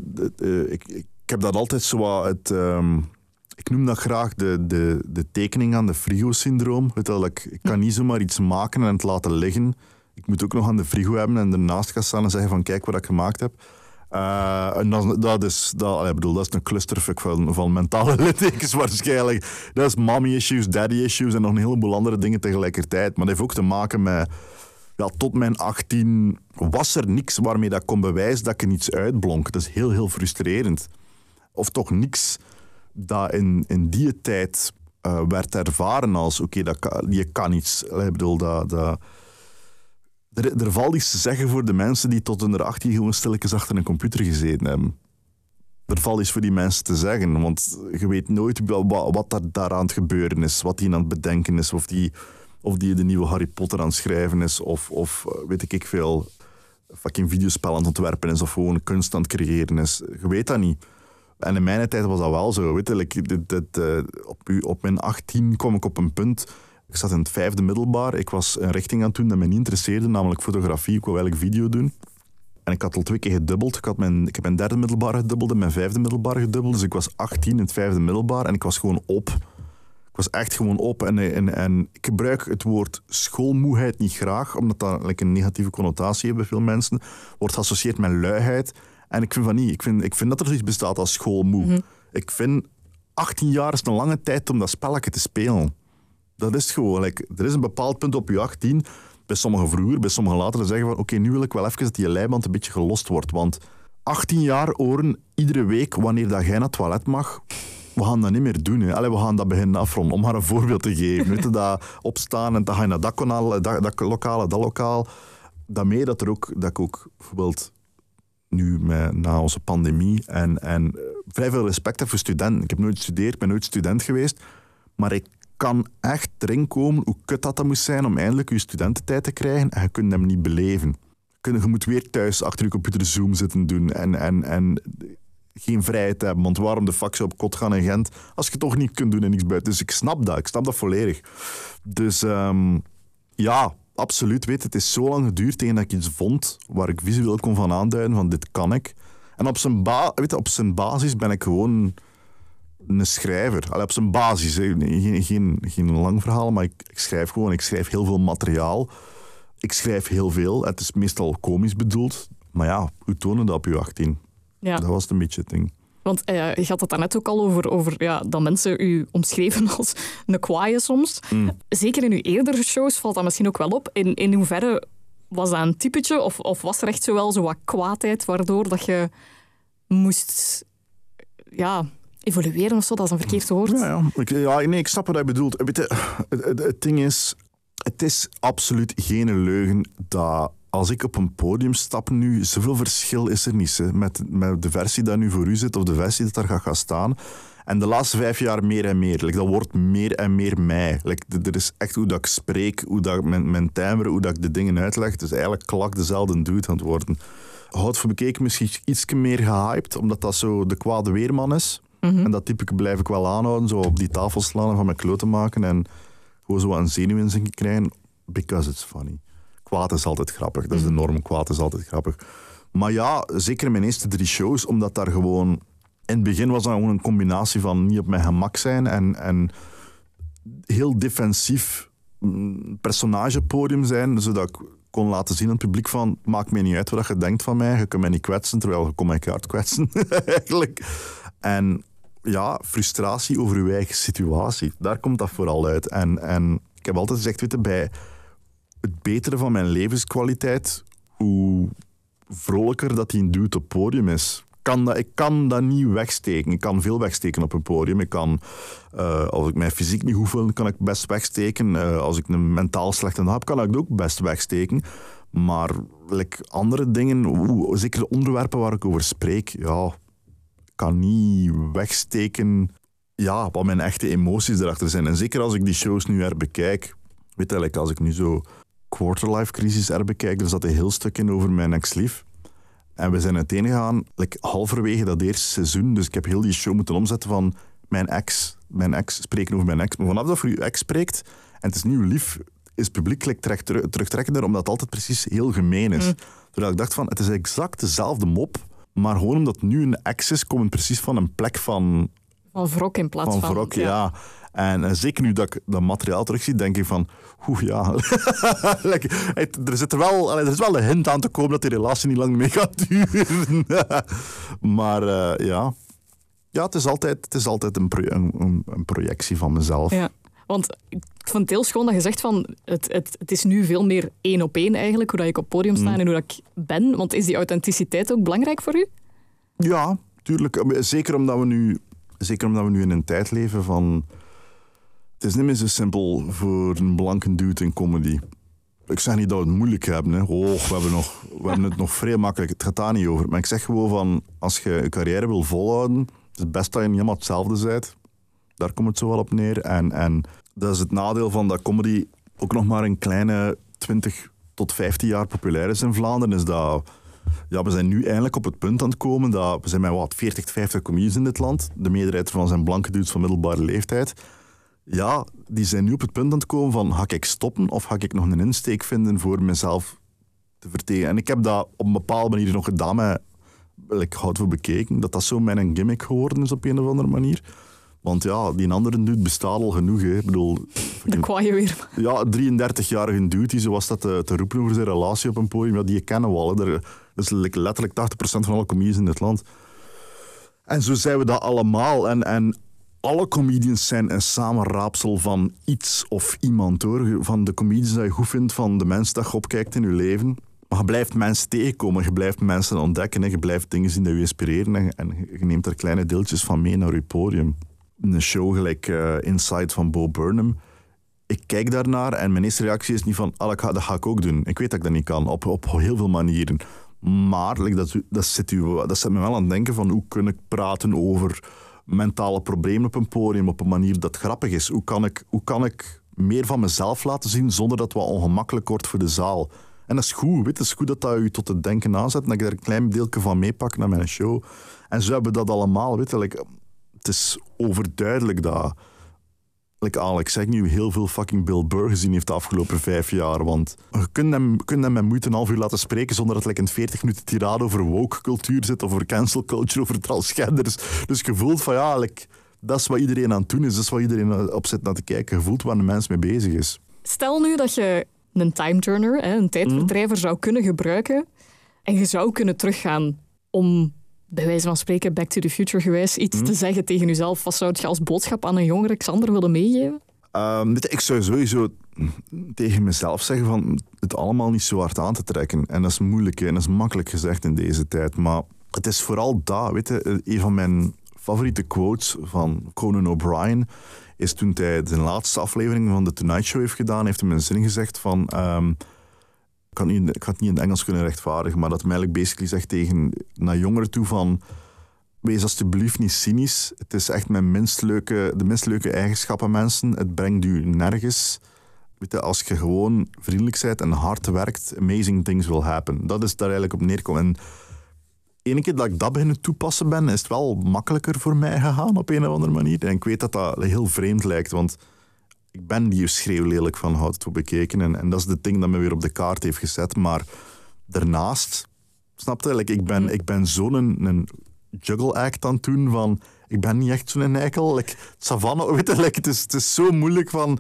ik heb dat altijd zo wat... ik noem dat graag de tekening aan de frigo-syndroom. Ik kan niet zomaar iets maken en het laten liggen. Ik moet ook nog aan de frigo hebben en ernaast gaan staan en zeggen van kijk wat ik gemaakt heb. En dat is een clusterfuck van mentale littekens waarschijnlijk. Dat is mommy-issues, daddy-issues en nog een heleboel andere dingen tegelijkertijd. Maar dat heeft ook te maken met... Ja, tot mijn 18 was er niks waarmee dat kon bewijzen dat ik er niets uitblonk. Dat is heel, heel frustrerend. Of toch niks dat in die tijd werd ervaren als oké, je kan iets. Ik bedoel, er valt iets te zeggen voor de mensen die tot hun 18 gewoon stilletjes achter een computer gezeten hebben. Er valt iets voor die mensen te zeggen, want je weet nooit wat daar aan het gebeuren is, wat die aan het bedenken is, of die de nieuwe Harry Potter aan het schrijven is, of weet ik veel, fucking videospel aan het ontwerpen is, of gewoon kunst aan het creëren is. Je weet dat niet. En in mijn tijd was dat wel zo. Weet je, op mijn 18 kwam ik op een punt. Ik zat in het 5e middelbaar. Ik was een richting aan het doen dat mij niet interesseerde, namelijk fotografie. Ik wou eigenlijk video doen. En ik had al 2 keer gedubbeld. Ik heb mijn 3e middelbaar gedubbeld en mijn 5e middelbaar gedubbeld. Dus ik was 18 in het 5e middelbaar en ik was gewoon op. Ik was echt gewoon op. En ik gebruik het woord schoolmoeheid niet graag, omdat dat een negatieve connotatie heeft bij veel mensen. Wordt geassocieerd met luiheid. En ik vind van niet. Ik vind dat er zoiets bestaat als schoolmoe. Mm-hmm. Ik vind 18 jaar is een lange tijd om dat spelletje te spelen. Dat is gewoon. Er is een bepaald punt op je 18, bij sommigen vroeger, bij sommigen later, te zeggen van oké, nu wil ik wel even dat die leiband een beetje gelost wordt. Want 18 jaar oren, iedere week, wanneer dat jij naar het toilet mag, we gaan dat niet meer doen. Hè. Allee, we gaan dat beginnen afronden, om maar een voorbeeld te geven. Weet je, dat opstaan en dan ga je naar dat kanaal, dat lokaal. Daarmee dat ik ook bijvoorbeeld nu na onze pandemie en vrij veel respect heb voor studenten. Ik heb nooit gestudeerd, ik ben nooit student geweest, maar ik kan echt erin komen hoe kut dat moest zijn om eindelijk je studententijd te krijgen en je kunt hem niet beleven. Je moet weer thuis achter je computer Zoom zitten doen en geen vrijheid hebben, want waarom de fuck zou op kot gaan in Gent als je toch niet kunt doen en niks buiten. Dus ik snap dat volledig. Dus ja, absoluut. Weet, het is zo lang geduurd tegen dat ik iets vond waar ik visueel kon van aanduiden van dit kan ik. En op zijn basis ben ik gewoon een schrijver. Allee, op zijn basis. Hè. Geen lang verhaal, maar ik schrijf gewoon. Ik schrijf heel veel materiaal. Ik schrijf heel veel. Het is meestal komisch bedoeld. Maar ja, hoe tonen dat op je 18? Ja. Dat was een beetje het ding. Want je had het daarnet ook al over dat mensen u omschreven als een kwaaie soms. Zeker in uw eerdere shows valt dat misschien ook wel op. In hoeverre was dat een typetje? Of was er echt zo wel zo wat kwaadheid waardoor dat je moest evolueren of zo? Dat is een verkeerd woord. Ik snap wat hij bedoelt. Weet je, het ding is, het is absoluut geen leugen dat als ik op een podium stap nu, zoveel verschil is er niet. Hè, met de versie die nu voor u zit of de versie dat daar gaat gaan staan. En de laatste 5 jaar meer en meer. Dat wordt meer en meer mij. Er is echt hoe dat ik spreek, hoe dat mijn timbre, hoe dat ik de dingen uitleg. Het is eigenlijk klak dezelfde dude aan het worden. Hout voor bekeken misschien iets meer gehyped, omdat dat zo de kwade weerman is. En dat type blijf ik wel aanhouden, zo op die tafel slaan en van mijn kloten maken en gewoon zo aan zenuwen zinken krijgen. Because it's funny. Kwaad is altijd grappig. Dat is de norm. Kwaad is altijd grappig. Maar ja, zeker in mijn eerste 3 shows, omdat daar gewoon... In het begin was dat gewoon een combinatie van niet op mijn gemak zijn en heel defensief personagepodium zijn, zodat ik kon laten zien aan het publiek van, maakt mij niet uit wat je denkt van mij, je kunt mij niet kwetsen, terwijl je kon mij kaart kwetsen, eigenlijk. En ja, frustratie over uw eigen situatie, daar komt dat vooral uit. En ik heb altijd gezegd, weet je, bij het beteren van mijn levenskwaliteit, hoe vrolijker dat die dude op het podium is. Ik kan dat niet wegsteken. Ik kan veel wegsteken op een podium. Ik kan, als ik mijn fysiek niet goed voel, kan ik best wegsteken. Als ik een mentaal slechte dag heb, kan ik het ook best wegsteken. Maar andere dingen, zeker de onderwerpen waar ik over spreek, ja, kan niet wegsteken wat mijn echte emoties erachter zijn. En zeker als ik die shows nu herbekijk, weet je, als ik nu zo Quarterlife Crisis herbekijk, er zat een heel stuk in over mijn ex-lief. En we zijn uiteengegaan, halverwege dat eerste seizoen. Dus ik heb heel die show moeten omzetten van mijn ex, spreken over mijn ex. Maar vanaf dat voor je ex spreekt, en het is niet uw lief, is het publiek terugtrekkender, omdat het altijd precies heel gemeen is. Terwijl ik dacht van, het is exact dezelfde mop, maar gewoon omdat het nu een ex is, komt het precies van een plek van... Van wrok in plaats van... Van wrok, ja. En zeker nu dat ik dat materiaal terugzie, denk ik van... er is wel een hint aan te komen dat die relatie niet lang mee gaat duren. Maar het is altijd een projectie van mezelf. Ja, want ik vond het heel schoon dat je zegt van... Het is nu veel meer 1 op 1 eigenlijk, hoe dat ik op het podium sta en hoe dat ik ben. Want is die authenticiteit ook belangrijk voor u? Ja, tuurlijk. Zeker omdat we nu in een tijd leven van... Het is niet meer zo simpel voor een blanke dude in comedy. Ik zeg niet dat we het moeilijk hebben. Hè. We hebben het nog vrij makkelijk. Het gaat daar niet over. Maar ik zeg gewoon van... Als je een carrière wil volhouden... Het is best dat je niet helemaal hetzelfde bent. Daar komt het zo wel op neer. En dat is het nadeel van dat comedy... ook nog maar een kleine 20 tot 15 jaar populair is in Vlaanderen. Is dat... Ja, we zijn nu eindelijk op het punt aan het komen dat... We zijn met 40 tot 50 comedians in dit land. De meerderheid ervan zijn blanke dudes van middelbare leeftijd. Ja, die zijn nu op het punt aan het komen van... Ga ik stoppen of ga ik nog een insteek vinden voor mezelf te vertegen? En ik heb dat op een bepaalde manier nog gedaan met... Ik houd voor bekeken. Dat zo mijn gimmick geworden is op een of andere manier. Want ja, die andere dude bestaat al genoeg. Hè. Ik bedoel... De kwaaie weer. Ja, 33-jarige dude die zo was dat te roepen over zijn relatie op een podium. Ja, die kennen we al. Hè. Dat is letterlijk 80% van alle comedians in dit land. En zo zijn we dat allemaal. En alle comedians zijn een samenraapsel van iets of iemand, hoor. Van de comedians die je goed vindt, van de mensen dat je opkijkt in je leven. Maar je blijft mensen tegenkomen, je blijft mensen ontdekken, hè. Je blijft dingen zien die je inspireren en je neemt er kleine deeltjes van mee naar je podium. Een show gelijk Inside van Bo Burnham. Ik kijk daarnaar en mijn eerste reactie is niet van, dat ga ik ook doen. Ik weet dat ik dat niet kan, op heel veel manieren. Maar dat zet me wel aan het denken van, hoe kan ik praten over mentale problemen op een podium op een manier dat grappig is? Hoe kan ik meer van mezelf laten zien zonder dat het wat ongemakkelijk wordt voor de zaal? En dat is goed, het is goed dat je tot het denken aanzet en dat ik daar een klein deeltje van meepak naar mijn show. En zo hebben we dat allemaal, het is overduidelijk dat Alex zeg nu heel veel fucking Bill Burr gezien heeft de afgelopen 5 jaar, want je kunt hem met moeite een half uur laten spreken zonder dat het in 40 minuten tirade over woke cultuur zit, of over cancel culture, over transgenders. Dus je voelt van Dat is wat iedereen aan het doen is. Dat is wat iedereen op zit naar te kijken. Je voelt waar een mens mee bezig is. Stel nu dat je een time turner, een tijdverdrijver, zou kunnen gebruiken en je zou kunnen teruggaan om, bij wijze van spreken, Back to the Future gewijs, iets te zeggen tegen jezelf. Wat zou je als boodschap aan een jongere Xander willen meegeven? Ik zou sowieso tegen mezelf zeggen van het allemaal niet zo hard aan te trekken. En dat is moeilijk en dat is makkelijk gezegd in deze tijd. Maar het is vooral dat, weet je, een van mijn favoriete quotes van Conan O'Brien is toen hij de laatste aflevering van The Tonight Show heeft gedaan, heeft hij een zin gezegd van ik ga het niet in het Engels kunnen rechtvaardigen, maar dat hij eigenlijk basically zegt naar jongeren toe van wees alsjeblieft niet cynisch. Het is echt de minst leuke eigenschappen, mensen. Het brengt u nergens. Weet je, als je gewoon vriendelijk bent en hard werkt, amazing things will happen. Dat is daar eigenlijk op neerkomt. En ene keer dat ik dat beginnen toepassen ben, is het wel makkelijker voor mij gegaan op een of andere manier. En ik weet dat dat heel vreemd lijkt, want ik ben die schreeuwlelijk van houd het voor bekeken. En dat is het ding dat me weer op de kaart heeft gezet. Maar daarnaast, snap je, ik ben zo'n juggle act aan het doen van ik ben niet echt zo'n eikel. Savannah, weet je, het is zo moeilijk van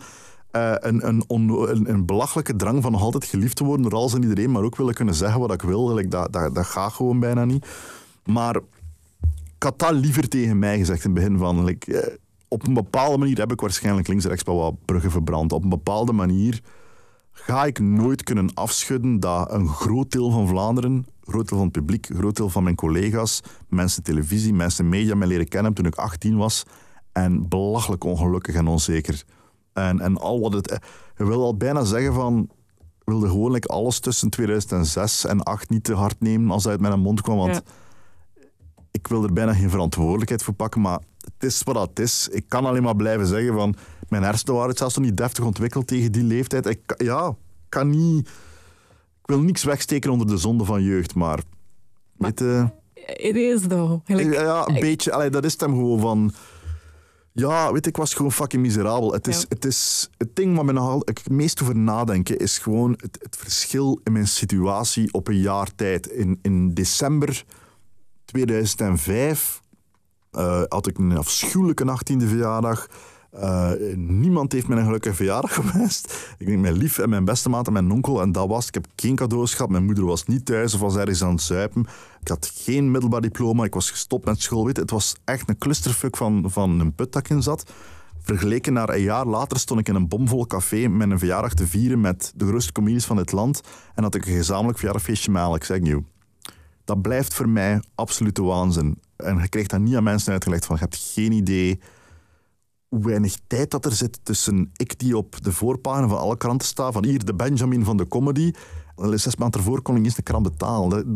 een belachelijke drang van nog altijd geliefd te worden door alles en iedereen, maar ook willen kunnen zeggen wat ik wil. Dat gaat gewoon bijna niet. Maar ik had dat liever tegen mij gezegd in het begin van op een bepaalde manier heb ik waarschijnlijk links en rechts wel wat bruggen verbrand. Op een bepaalde manier ga ik nooit kunnen afschudden dat een groot deel van Vlaanderen, een groot deel van het publiek, een groot deel van mijn collega's, mensen televisie, mensen media mij leren kennen toen ik 18 was en belachelijk ongelukkig en onzeker. En al wat het... Je wil al bijna zeggen van wilde gewoon alles tussen 2006 en 2008 niet te hard nemen als hij uit mijn mond kwam, want ik wil er bijna geen verantwoordelijkheid voor pakken, maar het is wat het is. Ik kan alleen maar blijven zeggen van mijn hersenen waren zelfs nog niet deftig ontwikkeld tegen die leeftijd. Ik kan niet... Ik wil niks wegsteken onder de zonde van jeugd, maar... Weet je... It is, though. Ja, een beetje. Allee, dat is het hem gewoon van... Ja, weet je, ik was gewoon fucking miserabel. Het is het ding waar ik het meest over nadenken is gewoon het verschil in mijn situatie op een jaar tijd. In december 2005 had ik een afschuwelijke 18e verjaardag. Niemand heeft me een gelukkige verjaardag gewenst. Ik denk mijn lief en mijn beste maat en mijn onkel en dat was. Ik heb geen cadeaus gehad. Mijn moeder was niet thuis of was ergens aan het zuipen. Ik had geen middelbaar diploma. Ik was gestopt met school. Weet je, het was echt een clusterfuck van een put dat ik in zat. Vergeleken naar een jaar later stond ik in een bomvol café met een verjaardag te vieren met de grootste comedies van het land. En had ik een gezamenlijk verjaardagfeestje met Alex Agnew. Dat blijft voor mij absolute waanzin. En je krijgt dat niet aan mensen uitgelegd van je hebt geen idee hoe weinig tijd dat er zit tussen ik die op de voorpagina van alle kranten sta, van hier de Benjamin van de comedy. 6 maanden ervoor kon ik eens de krant betalen.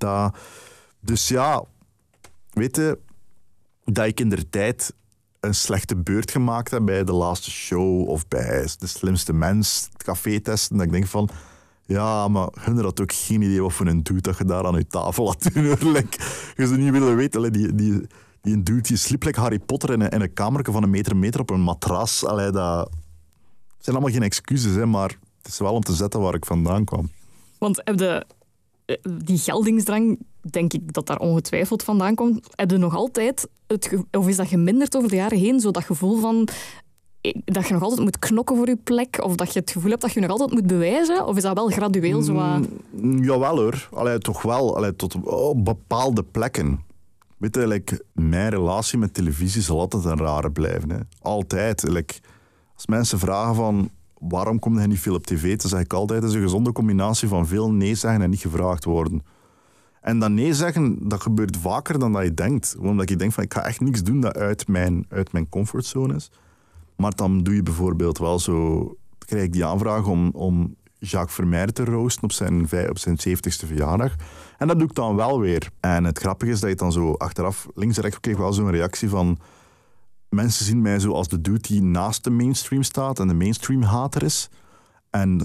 Dus ja, weet je, dat ik inderdaad een slechte beurt gemaakt heb bij de laatste show of bij De Slimste Mens, het café-testen, dat ik denk van ja, maar hun had ook geen idee wat voor een dude dat je daar aan je tafel had doen. Je zou niet willen weten, die dude die sliep like Harry Potter in een kamertje van een meter op een matras. Dat zijn allemaal geen excuses, hè, maar het is wel om te zetten waar ik vandaan kwam. Want die geldingsdrang, denk ik dat daar ongetwijfeld vandaan komt. Heb je nog altijd, of is dat geminderd over de jaren heen, zo dat gevoel van dat je nog altijd moet knokken voor je plek, of dat je het gevoel hebt dat je nog altijd moet bewijzen, of is dat wel gradueel zo wat... Jawel hoor, toch wel, tot op bepaalde plekken. Weet je, mijn relatie met televisie zal altijd een rare blijven. Hè. Altijd. Als mensen vragen van waarom kom je niet veel op tv, dan zeg ik altijd, het is een gezonde combinatie van veel nee zeggen en niet gevraagd worden. En dat nee zeggen, dat gebeurt vaker dan dat je denkt. Omdat je denkt van ik ga echt niks doen dat uit mijn comfortzone is. Maar dan doe je bijvoorbeeld wel zo... krijg ik die aanvraag om Jacques Vermeijden te roosten op zijn 70ste verjaardag. En dat doe ik dan wel weer. En het grappige is dat je dan zo achteraf links en rechts kreeg wel zo'n reactie van... Mensen zien mij zo als de dude die naast de mainstream staat en de mainstream-hater is. En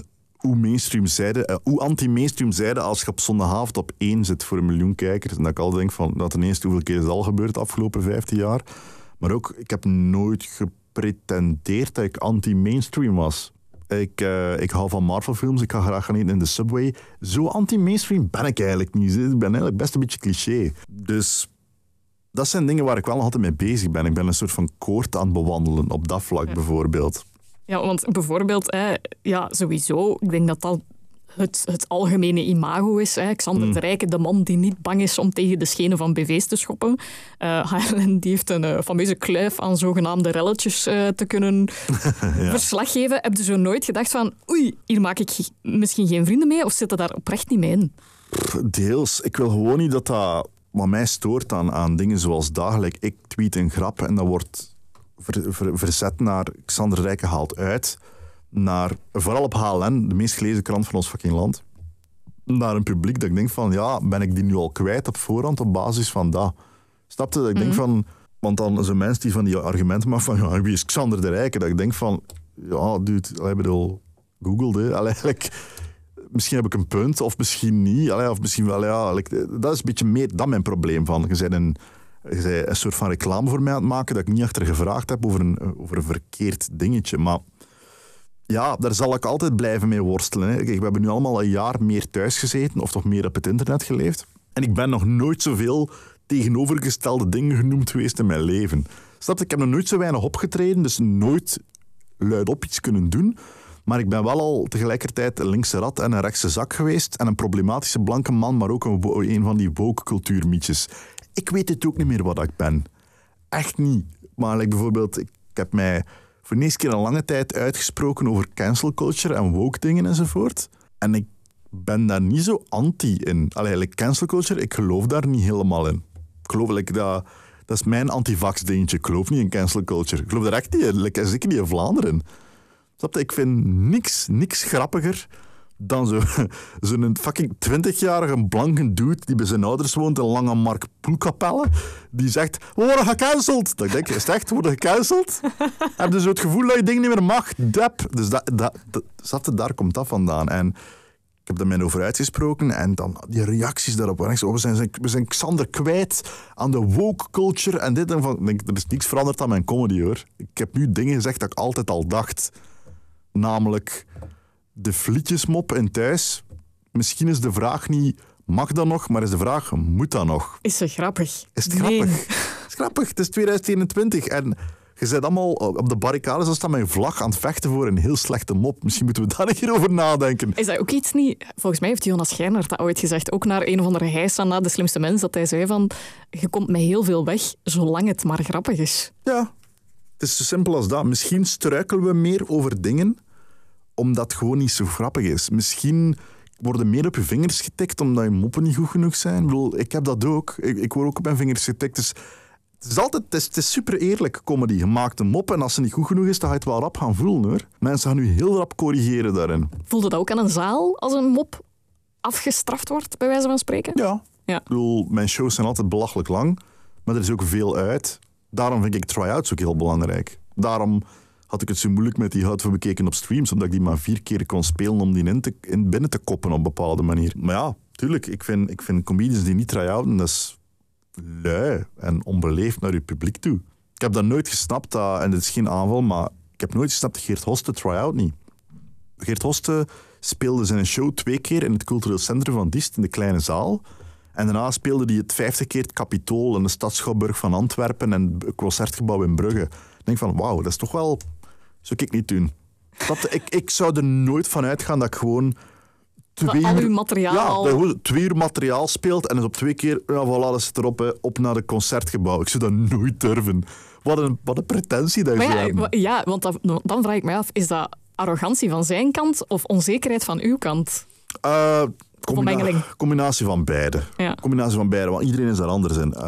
hoe anti-mainstream zijde als je op zondagavond op 1 zit voor 1 miljoen kijkers. En dat ik altijd denk van, dat ten eerste hoeveel keer is dat al gebeurd de afgelopen 15 jaar. Maar ook, ik heb nooit gepretendeerd dat ik anti-mainstream was. Ik hou van Marvel-films, ik ga graag gaan eten in de Subway. Zo anti-mainstream ben ik eigenlijk niet. Ik ben eigenlijk best een beetje cliché. Dus dat zijn dingen waar ik wel nog altijd mee bezig ben. Ik ben een soort van koord aan het bewandelen op dat vlak bijvoorbeeld. Ja, want bijvoorbeeld, sowieso, ik denk dat het algemene imago is. Xander de Rijke, de man die niet bang is om tegen de schenen van BV's te schoppen. HLN die heeft een fameuze kluif aan zogenaamde relletjes te kunnen verslag geven. Heb je zo nooit gedacht van, oei, hier maak ik misschien geen vrienden mee? Of zit er daar oprecht niet mee in? Deels. Ik wil gewoon niet dat wat mij stoort aan dingen zoals dagelijks. Ik tweet een grap en dat wordt verzet naar Xander Rijke haalt uit. Naar, vooral op HLN, de meest gelezen krant van ons fucking land. Naar een publiek dat ik denk van, ja, ben ik die nu al kwijt op voorhand op basis van dat? Snap je? Dat ik denk van, want dan zijn mensen die van die argumenten maken van, ja, wie is Xander de Rijke? Dat ik denk van, ja, dude, ik bedoel, Google, eigenlijk... Misschien heb ik een punt, of misschien niet. Of misschien wel, ja. Dat is een beetje meer dan mijn probleem. Van. Je bent een soort van reclame voor mij aan het maken dat ik niet achter gevraagd heb over een verkeerd dingetje. Maar ja, daar zal ik altijd blijven mee worstelen. Hè. Kijk, we hebben nu allemaal een jaar meer thuis gezeten, of toch meer op het internet geleefd. En ik ben nog nooit zoveel tegenovergestelde dingen genoemd geweest in mijn leven. Snap je? Ik heb nog nooit zo weinig opgetreden, dus nooit luidop iets kunnen doen. Maar ik ben wel al tegelijkertijd een linkse rat en een rechtse zak geweest en een problematische blanke man, maar ook een van die woke-cultuurmietjes. Ik weet het ook niet meer wat ik ben. Echt niet. Maar bijvoorbeeld, ik heb mij voor de eerste keer een lange tijd uitgesproken over cancel culture en woke dingen enzovoort. En ik ben daar niet zo anti in. Cancel culture, ik geloof daar niet helemaal in. Ik geloof dat is mijn antivax dingetje. Ik geloof niet in cancel culture. Ik geloof daar echt niet in. Zeker niet in Vlaanderen. Ik vind niks grappiger dan zo'n fucking 20-jarige blanke dude die bij zijn ouders woont in Langemark Poelkapelle, die zegt, we worden gecanceld. Dat ik denk, is het echt, we worden gecanceld? Heb je zo het gevoel dat je dingen niet meer mag? Dep. Dus daar komt dat vandaan. En ik heb er mij over uitgesproken en dan die reacties daarop. We zijn Xander kwijt aan de woke culture en dit en van. Ik denk, er is niks veranderd aan mijn comedy, hoor. Ik heb nu dingen gezegd dat ik altijd al dacht. Namelijk de vlietjesmop in thuis. Misschien is de vraag niet, mag dat nog? Maar is de vraag, moet dat nog? Is het grappig? Is het grappig? Het is grappig. Het is 2021 en je bent allemaal op de barricades, staan met een vlag aan het vechten voor een heel slechte mop. Misschien moeten we daar een keer over nadenken. Is dat ook iets niet... Volgens mij heeft Jonas Geirnaert dat ooit gezegd, ook naar een of andere hijs aan De Slimste Mens, dat hij zei van, je komt met heel veel weg, zolang het maar grappig is. Ja, het is zo simpel als dat. Misschien struikelen we meer over dingen omdat het gewoon niet zo grappig is. Misschien worden meer op je vingers getikt omdat je moppen niet goed genoeg zijn. Ik bedoel, ik heb dat ook. Ik word ook op mijn vingers getikt. Dus het is super eerlijk, comedy. Je maakt een mop en als ze niet goed genoeg is, dan ga je het wel rap gaan voelen, hoor. Mensen gaan nu heel rap corrigeren daarin. Voelde dat ook aan een zaal als een mop afgestraft wordt, bij wijze van spreken? Ja. Ik bedoel, mijn shows zijn altijd belachelijk lang, maar er is ook veel uit. Daarom vind ik try-outs ook heel belangrijk. Daarom had ik het zo moeilijk met die Hout voor Bekeken op streams, omdat ik die maar 4 keer kon spelen om die binnen te koppen op een bepaalde manier. Maar ja, tuurlijk, ik vind comedians die niet try-outen, dat is lui en onbeleefd naar je publiek toe. Ik heb dat nooit gesnapt, en dit is geen aanval, maar ik heb nooit gesnapt dat Geert Hoste try-out niet. Geert Hoste speelde zijn show 2 keer in het cultureel centrum van Diest, in de kleine zaal. En daarna speelde hij het 50 keer het Capitool en de Stadsschouwburg van Antwerpen en het Concertgebouw in Brugge. Ik denk van, wauw, dat is toch wel... Zou ik niet doen. Ik zou er nooit van uitgaan dat ik gewoon... Al uw materiaal... Ja, dat je 2 uur materiaal speelt en dus op 2 keer... Ja, voilà, dat zit erop, hè, op naar het Concertgebouw. Ik zou dat nooit durven. Wat een pretentie dat je hebt. Ja, want dan vraag ik mij af, is dat arrogantie van zijn kant of onzekerheid van uw kant? Combinatie van beide. Ja. Combinatie van beide, want iedereen is daar anders in.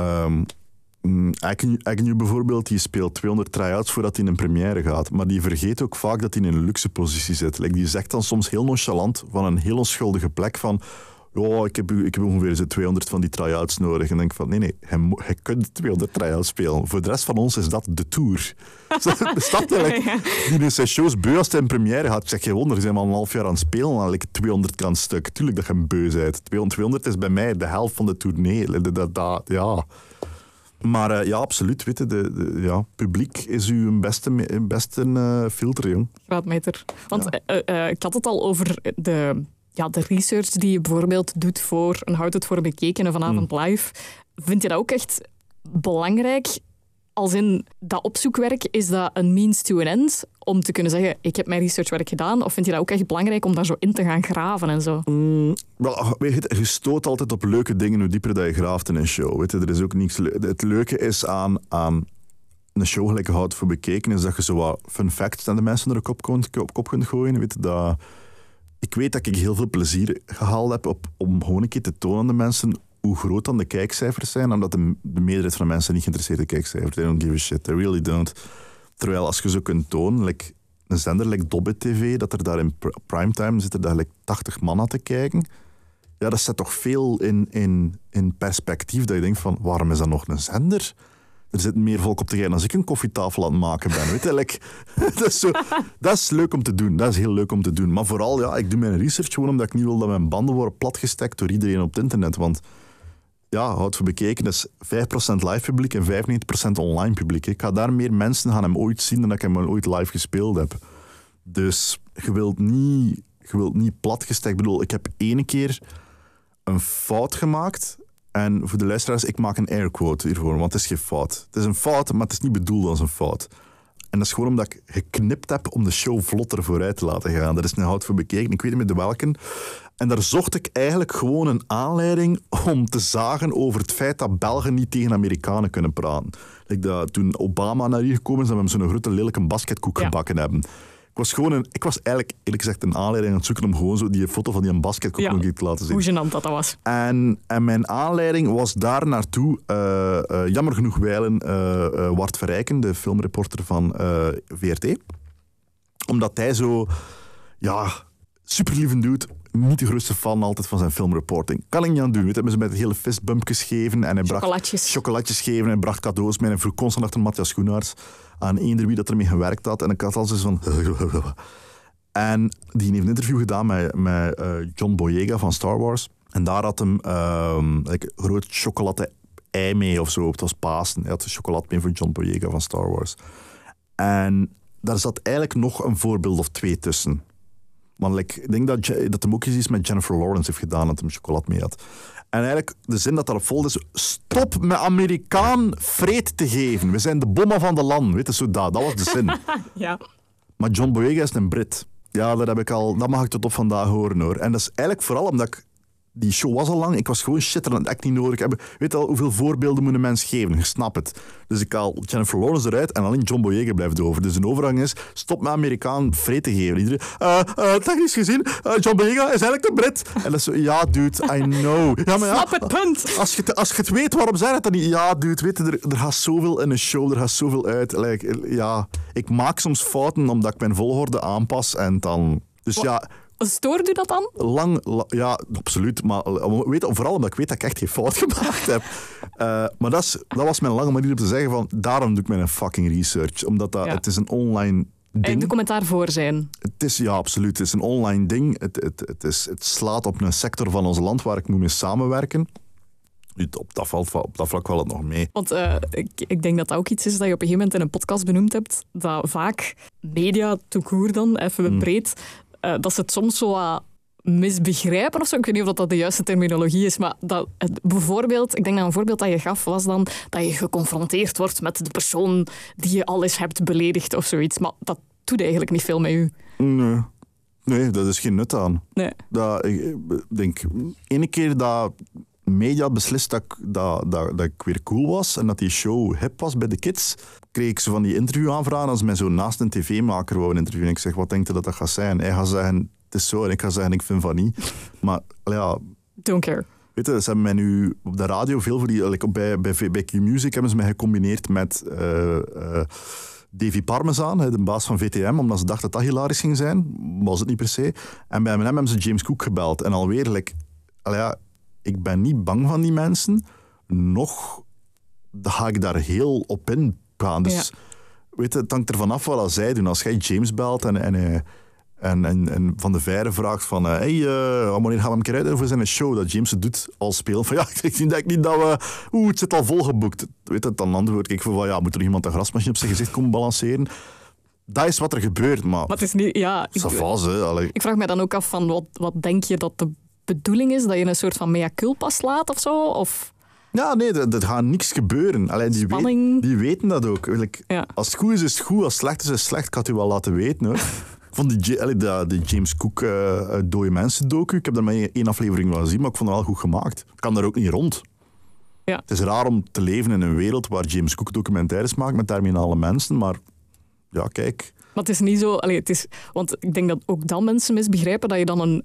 Agnew bijvoorbeeld, die speelt 200 try-outs voordat hij in een première gaat. Maar die vergeet ook vaak dat hij in een luxe positie zit. Die zegt dan soms heel nonchalant van een heel onschuldige plek van... Oh, ik heb ongeveer zo 200 van die try-outs nodig. En denk van, nee, hij kunt 200 try-outs spelen. Voor de rest van ons is dat de tour. Snap je? Die in zijn shows beu als hij in première gaat. Ik zeg, geen wonder, ze zijn al een half jaar aan het spelen en 200 kan stuk. Tuurlijk dat je een beu bent. 200 is bij mij de helft van de tournee. Ja. Maar ja, absoluut. Weet je, publiek is uw beste filter, jong. Graadmeter. Want ik had het al over de research die je bijvoorbeeld doet voor een Houd het voor Bekeken en Vanavond Live. Vind je dat ook echt belangrijk? Als in dat opzoekwerk, is dat een means to an end? Om te kunnen zeggen, ik heb mijn researchwerk gedaan? Of vind je dat ook echt belangrijk om daar zo in te gaan graven en zo? Wel, weet je stoot altijd op leuke dingen hoe dieper dat je graaft in een show. Weet je, er is ook niks het leuke is aan een show gelijk Hout voor Bekeken, is dat je zo wat fun facts aan de mensen er op kop kunt gooien. Weet je, dat... Ik weet dat ik heel veel plezier gehaald heb om gewoon een keer te tonen aan de mensen hoe groot dan de kijkcijfers zijn, omdat de meerderheid van de mensen niet geïnteresseerd in kijkcijfers. They don't give a shit. They really don't. Terwijl als je zo kunt tonen, like een zender like Dobbit TV, dat er daar in primetime zitten daar like 80 man aan te kijken. Ja, dat zet toch veel in perspectief, dat je denkt van, waarom is dat nog een zender? Er zit meer volk op te kijken als ik een koffietafel aan het maken ben. Weet je, like, dat is leuk om te doen. Dat is heel leuk om te doen. Maar vooral, ja, ik doe mijn research gewoon omdat ik niet wil dat mijn banden worden platgestekt door iedereen op het internet. Want ja, Hout voor Bekeken is 5% live publiek en 95% online publiek. Ik ga daar meer mensen gaan hem ooit zien dan dat ik hem ooit live gespeeld heb. Dus je wilt niet platgestekt. Ik bedoel, ik heb 1 keer een fout gemaakt. En voor de luisteraars, ik maak een airquote hiervoor, want het is geen fout. Het is een fout, maar het is niet bedoeld als een fout. En dat is gewoon omdat ik geknipt heb om de show vlotter vooruit te laten gaan. Dat is een Hout voor Bekeken, ik weet niet meer de welke. En daar zocht ik eigenlijk gewoon een aanleiding om te zagen over het feit dat Belgen niet tegen Amerikanen kunnen praten. Like dat toen Obama naar hier gekomen is, dat we hem zo'n grote lelijke basketkoek gebakken hebben. Ik was eigenlijk, eerlijk gezegd, een aanleiding aan het zoeken om gewoon zo die foto van die basketkoek nog te laten zien. Hoe gênant dat was. En mijn aanleiding was daar naartoe, jammer genoeg wijlen, Wart Verrijken, de filmreporter van VRT. Omdat hij zo, ja, super lieve dude, niet de grootste fan altijd van zijn filmreporting. Kan ik niet aan doen. Weet je, hebben ze met hele fistbumpjes geven en hij bracht chocolatjes geven en hij bracht cadeaus mee en vroeg constant achter Matthias Schoenaerts aan eender wie dat ermee gewerkt had. En ik had al zo van... En die heeft een interview gedaan met John Boyega van Star Wars. En daar had hem een groot chocolade-ei mee of zo. Het was Pasen. Hij had de chocolade mee voor John Boyega van Star Wars. En daar zat eigenlijk nog een voorbeeld of 2 tussen. Want ik denk dat hem ook iets met Jennifer Lawrence heeft gedaan, dat hem chocolade mee had. En eigenlijk, de zin dat daarop volgt is... Stop met Amerikaan vreed te geven. We zijn de bommen van de land. Weet je, zo dat was de zin. Ja. Maar John Boyega is een Brit. Ja, dat mag ik tot op vandaag horen, hoor. En dat is eigenlijk vooral omdat ik... Die show was al lang. Ik was gewoon shit aan het act niet nodig hebben. Weet al hoeveel voorbeelden moet een mens geven? Je snapt het. Dus ik haal Jennifer Lawrence eruit en alleen John Boyega blijft over. Dus een overgang is, stop met Amerikaan vreed te geven. Iedereen, technisch gezien, John Boyega is eigenlijk een Brit. En dat is zo, ja, dude, I know. Ja, maar ja, snap het punt. Als je het weet, waarom zei het dan niet? Ja, dude, weet je, er gaat zoveel in een show, er gaat zoveel uit. Ja, ik maak soms fouten omdat ik mijn volgorde aanpas en dan... Dus ja... Stoort u dat dan? Ja, absoluut. Maar vooral omdat ik weet dat ik echt geen fout gemaakt heb. Maar dat was mijn lange manier om te zeggen van... Daarom doe ik mijn fucking research. Omdat het is een online ding. De commentaar voor zijn. Het is, ja, absoluut. Het is een online ding. Het slaat op een sector van ons land waar ik moet mee samenwerken. Op dat vlak valt het nog mee. Want ik denk dat dat ook iets is dat je op een gegeven moment in een podcast benoemd hebt. Dat vaak media, tout court dan, even breed... dat ze het soms zo wat misbegrijpen of zo. Ik weet niet of dat de juiste terminologie is, maar bijvoorbeeld, ik denk dat een voorbeeld dat je gaf was dan dat je geconfronteerd wordt met de persoon die je al eens hebt beledigd of zoiets. Maar dat doet eigenlijk niet veel met u. Nee, dat is geen nut aan. Nee. Ik denk, ene keer dat media beslist dat ik weer cool was en dat die show hip was bij de kids, kreeg ik zo van die interviewaanvragen als mij zo naast een tv-maker wou interviewen. En ik zeg, wat denk je dat gaat zijn? Hij gaat zeggen, het is zo. En ik ga zeggen, ik vind van niet. Maar ja... Don't care. Weet je, ze hebben mij nu op de radio veel voor die... Bij Q-Music hebben ze mij gecombineerd met Davy Parmesan, de baas van VTM, omdat ze dachten dat hilarisch ging zijn. Was het niet per se. En bij M&M hebben ze James Cook gebeld. En alweer, ik ben niet bang van die mensen. Nog ga ik daar heel op in gaan. Dus weet je, het hangt ervan af wat zij doen. Als jij James belt en Van de Veire vraagt van... wanneer gaan we hem een keer uit voor zijn show dat James het doet al speelt? Van ja, ik denk niet dat we... het zit al volgeboekt. Weet je, dan antwoord ik van... Ja, moet er iemand een grasmachine op zijn gezicht komen balanceren? Dat is wat er gebeurt, maar het is niet... Ja, ik vraag me dan ook af van... Wat denk je dat de bedoeling is? Dat je een soort van mea culpa slaat of zo? Of... Ja, nee, dat gaat niks gebeuren. Alleen Spanning. Die weten dat ook. Ja. Als het goed is het goed. Als het slecht is het slecht. Ik had het u wel laten weten, hoor. Ik vond die James Cook dode mensen docu. Ik heb daar maar 1 aflevering van gezien, maar ik vond het wel goed gemaakt. Ik kan daar ook niet rond. Ja. Het is raar om te leven in een wereld waar James Cook documentaires maakt met terminale mensen, maar ja, kijk. Maar het is niet zo... want ik denk dat ook dan mensen misbegrijpen dat je dan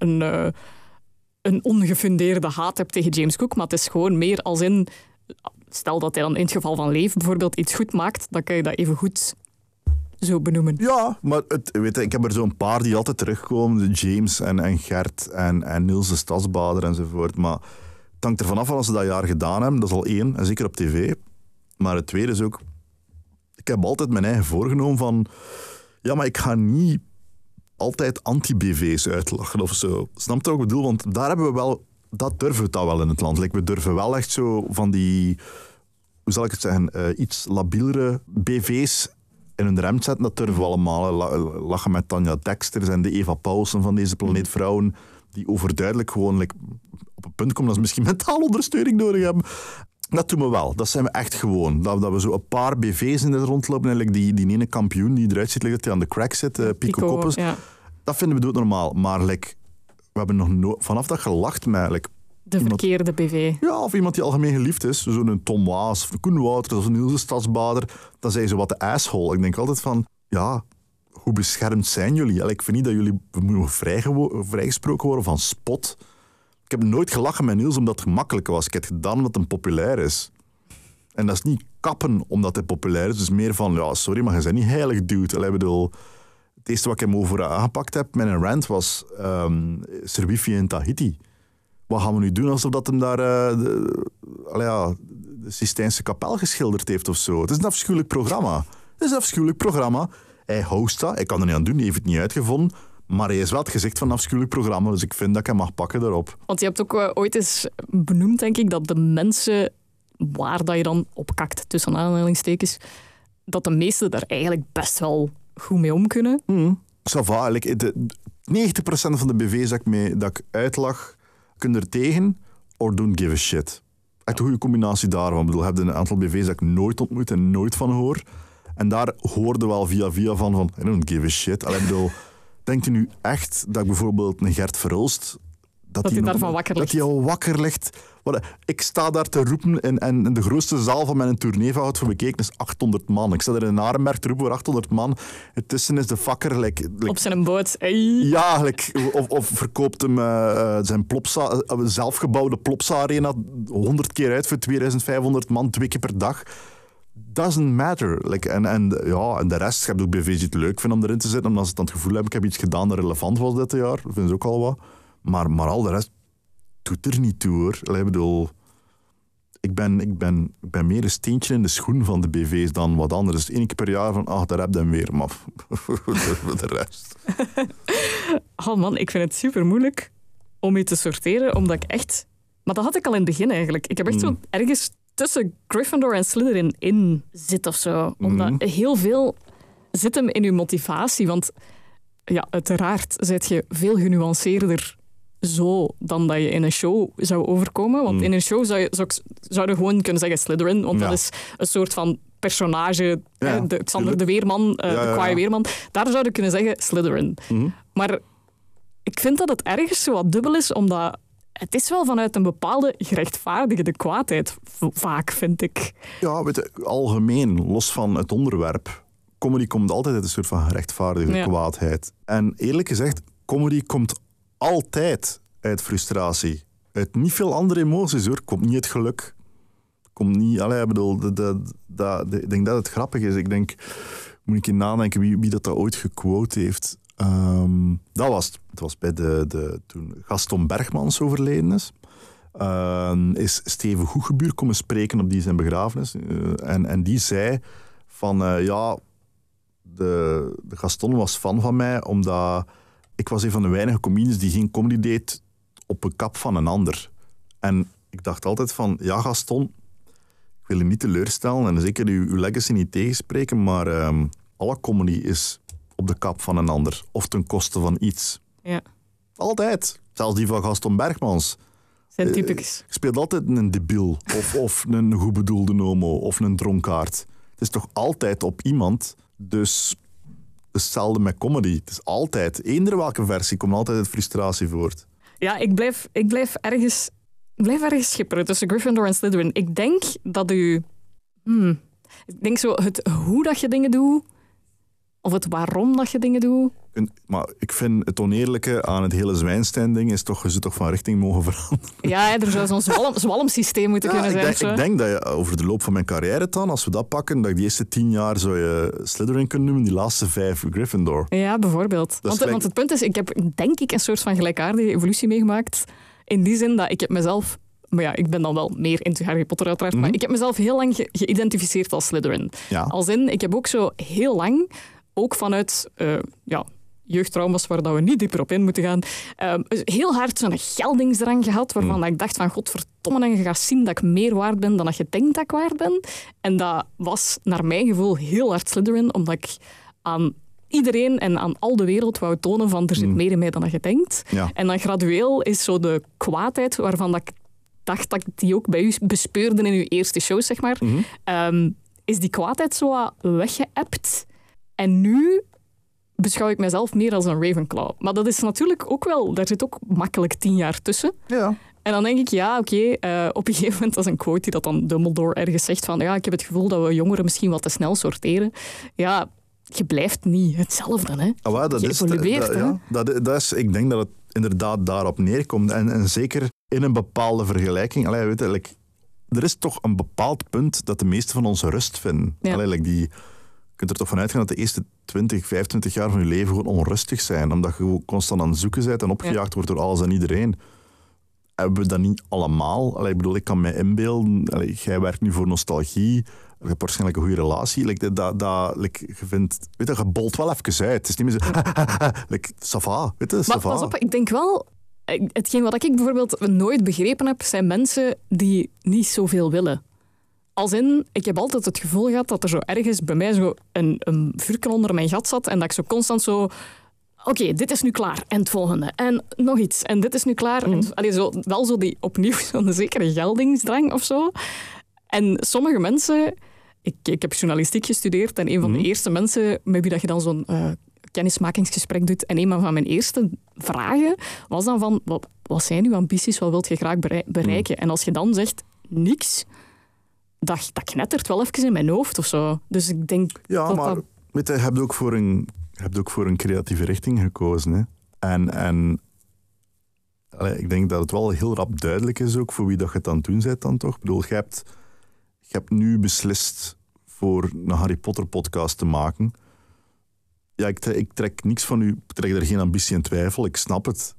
een ongefundeerde haat hebt tegen James Cook, maar het is gewoon meer als in... Stel dat hij dan in het geval van Leef bijvoorbeeld iets goed maakt, dan kan je dat even goed zo benoemen. Ja, maar ik heb er zo'n paar die altijd terugkomen. James en Gert en Niels de Stadsbader enzovoort. Maar het hangt ervan af als ze dat jaar gedaan hebben. Dat is al 1, en zeker op tv. Maar het tweede is ook... Ik heb altijd mijn eigen voorgenomen van... Ja, maar ik ga niet altijd anti-BV's uitlachen of zo. Snap je wat ik bedoel? Want daar hebben we wel... Dat durven we dat wel in het land. We durven wel echt zo van die... Hoe zal ik het zeggen? Iets labielere BV's in hun rem zetten. Dat durven we allemaal. Lachen met Tanja Dexters en de Eva Paulsen van deze Planeet Vrouwen. Die overduidelijk gewoon op een punt komen dat ze misschien mentaal ondersteuning nodig hebben. Dat doen we wel. Dat zijn we echt gewoon. Dat we zo een paar BV's in het rondlopen. Eigenlijk die ene kampioen die eruit ziet liggen dat hij aan de crack zit. Pico Koppes. Ja. Dat vinden we doodnormaal. Maar we hebben nog vanaf dat gelacht met... De verkeerde BV. Ja, of iemand die algemeen geliefd is. Zo'n Tom Waas of Koen Wouters of een Niels de Stadsbader. Dan zijn ze wat de asshole. Ik denk altijd van... Ja, hoe beschermd zijn jullie? Ik vind niet dat jullie moeten vrijgesproken worden van spot. Ik heb nooit gelachen met Niels omdat het gemakkelijk was. Ik heb het gedaan omdat hij populair is. En dat is niet kappen omdat hij populair is. Dus meer van, ja, sorry, maar je bent niet heilig, dude. Ik bedoel, het eerste wat ik hem over aangepakt heb met een rant was Servifie in Tahiti. Wat gaan we nu doen alsof dat hem daar de Sistijnse kapel geschilderd heeft of zo? Het is een afschuwelijk programma. Hij host dat, hij kan er niet aan doen, hij heeft het niet uitgevonden. Maar hij is wel het gezicht van een afschuwelijk programma, dus ik vind dat ik hem mag pakken daarop. Want je hebt ook ooit eens benoemd, denk ik, dat de mensen waar dat je dan op kakt, tussen aanhalingstekens, dat de meesten daar eigenlijk best wel goed mee om kunnen. Ça va, 90% van de BV's dat ik uitlag, kunnen er tegen, or don't give a shit. Echt een goede combinatie daarvan. Ik bedoel, je hebt een aantal BV's dat ik nooit ontmoet en nooit van hoor. En daar hoorde wel via van I don't give a shit. Ik bedoel, denkt u nu echt dat ik bijvoorbeeld een Gert Verhulst... Dat hij daarvan wakker ligt. Dat hij al wakker ligt. Ik sta daar te roepen en de grootste zaal van mijn tournee van Hout voor Bekeken is 800 man. Ik sta er in Arenberg te roepen voor 800 man. Intussen is de vakker... op zijn boot. Hey. Ja, of verkoopt hem zijn zelfgebouwde Plopsa-arena 100 keer uit voor 2500 man, 2 keer per dag. Doesn't matter. En de rest, ik heb ook BV's die het leuk vinden om erin te zitten, omdat ze dan het gevoel hebben, ik heb iets gedaan dat relevant was dit jaar. Dat vinden ze ook al wat. Maar al de rest doet er niet toe, hoor. Ik bedoel, ik ben meer een steentje in de schoen van de BV's dan wat anders. Dus 1 keer per jaar van, daar heb je hem weer. Maar voor de rest. Oh man, ik vind het super moeilijk om je te sorteren, omdat ik echt... Maar dat had ik al in het begin eigenlijk. Ik heb echt zo ergens tussen Gryffindor en Slytherin in zit of zo. Omdat heel veel zit hem in je motivatie. Want ja, uiteraard zit je veel genuanceerder zo dan dat je in een show zou overkomen. Want in een show zou je gewoon kunnen zeggen Slytherin, want dat is een soort van personage, de Xander de Weerman, de kwaaie Weerman. Daar zou je kunnen zeggen Slytherin. Maar ik vind dat het ergens zo wat dubbel is, omdat het is wel vanuit een bepaalde gerechtvaardigde kwaadheid, vaak, vind ik. Ja, weet je, algemeen, los van het onderwerp, comedy komt altijd uit een soort van gerechtvaardigde kwaadheid. En eerlijk gezegd, comedy komt altijd uit frustratie. Uit niet veel andere emoties, hoor. Komt niet uit geluk. Komt niet... ik bedoel, ik denk dat het grappig is. Ik denk... Moet ik even nadenken wie dat ooit gequote heeft. Dat was het. Het was bij toen Gaston Bergmans overleden is Steven Goegebuur komen spreken op zijn begrafenis. En die zei van... de Gaston was fan van mij, omdat ik was een van de weinige comedians die geen comedy deed op een kap van een ander. En ik dacht altijd van, ja Gaston, ik wil je niet teleurstellen en zeker uw legacy niet tegenspreken, maar alle comedy is op de kap van een ander. Of ten koste van iets. Ja. Altijd. Zelfs die van Gaston Bergmans. Zijn typisch. Je speelt altijd een debiel, of een goed bedoelde homo, of een dronkaard. Het is toch altijd op iemand, dus hetzelfde met comedy. Het is altijd, eender welke versie, komt altijd uit frustratie voort. Ja, ik blijf ergens schipperen tussen Gryffindor en Slytherin. Ik denk dat ik denk zo het hoe dat je dingen doet, of het waarom dat je dingen doet. Maar ik vind het oneerlijke aan het hele Zwijnstein-ding is toch, je zou toch van richting mogen veranderen. Ja, er zou zo'n zwalmsysteem moeten kunnen zijn. Ik denk dat je over de loop van mijn carrière dan, als we dat pakken, dat ik die eerste 10 jaar zou je Slytherin kunnen noemen, die laatste 5 Gryffindor. Ja, bijvoorbeeld. Want het punt is, ik heb denk ik een soort van gelijkaardige evolutie meegemaakt. In die zin dat ik heb mezelf... Maar ja, ik ben dan wel meer into Harry Potter uiteraard, maar ik heb mezelf heel lang geïdentificeerd als Slytherin. Ja. Als in, ik heb ook zo heel lang, ook vanuit jeugdtrauma's waar dat we niet dieper op in moeten gaan, heel hard zo'n geldingsdrang gehad, waarvan ik dacht van, godverdomme, en je gaat zien dat ik meer waard ben dan dat je denkt dat ik waard ben. En dat was naar mijn gevoel heel hard Slytherin, omdat ik aan iedereen en aan al de wereld wou tonen van, er zit meer in mij dan dat je denkt. Ja. En dan gradueel is zo de kwaadheid, waarvan dat ik dacht dat ik die ook bij u bespeurde in uw eerste show, zeg maar, is die kwaadheid zo wat weggeëpt. En nu beschouw ik mezelf meer als een Ravenclaw. Maar dat is natuurlijk ook wel... Daar zit ook makkelijk 10 jaar tussen. Ja. En dan denk ik, op een gegeven moment, dat is een quote die dat dan Dumbledore ergens zegt van, ik heb het gevoel dat we jongeren misschien wat te snel sorteren. Ja, je blijft niet hetzelfde, hè. Je evolueert, hè. Ik denk dat het inderdaad daarop neerkomt. En zeker in een bepaalde vergelijking. Er is toch een bepaald punt dat de meesten van ons rust vinden. Ja. Je kunt er toch van uitgaan dat de eerste 20, 25 jaar van je leven gewoon onrustig zijn. Omdat je constant aan het zoeken bent en opgejaagd wordt door alles en iedereen. Hebben we dat niet allemaal? Ik kan mij inbeelden. Jij werkt nu voor nostalgie. Je hebt waarschijnlijk een goede relatie. Je bolt wel even uit. Het is niet meer zo... ça va, weet je, ça va. Pas op, ik denk wel... Hetgeen wat ik bijvoorbeeld nooit begrepen heb, zijn mensen die niet zoveel willen. Als in, ik heb altijd het gevoel gehad dat er zo ergens bij mij zo een vuurken onder mijn gat zat en dat ik zo constant zo... Oké, dit is nu klaar. En het volgende. En nog iets. En dit is nu klaar. En, wel zo die opnieuw zo'n zekere geldingsdrang of zo. En sommige mensen... Ik heb journalistiek gestudeerd en een van de eerste mensen met wie dat je dan zo'n kennismakingsgesprek doet. En een van mijn eerste vragen was dan van... Wat zijn uw ambities? Wat wilt je graag bereiken? En als je dan zegt niks... Dat knettert wel even in mijn hoofd of zo. Dus ik denk... Ja, maar weet je hebt ook voor een creatieve richting gekozen. Hè? En ik denk dat het wel heel rap duidelijk is ook voor wie dat je het aan het doen bent dan toch. Ik bedoel, je hebt nu beslist voor een Harry Potter podcast te maken. Ja, ik trek niks van u. Ik trek er geen ambitie in twijfel. Ik snap het.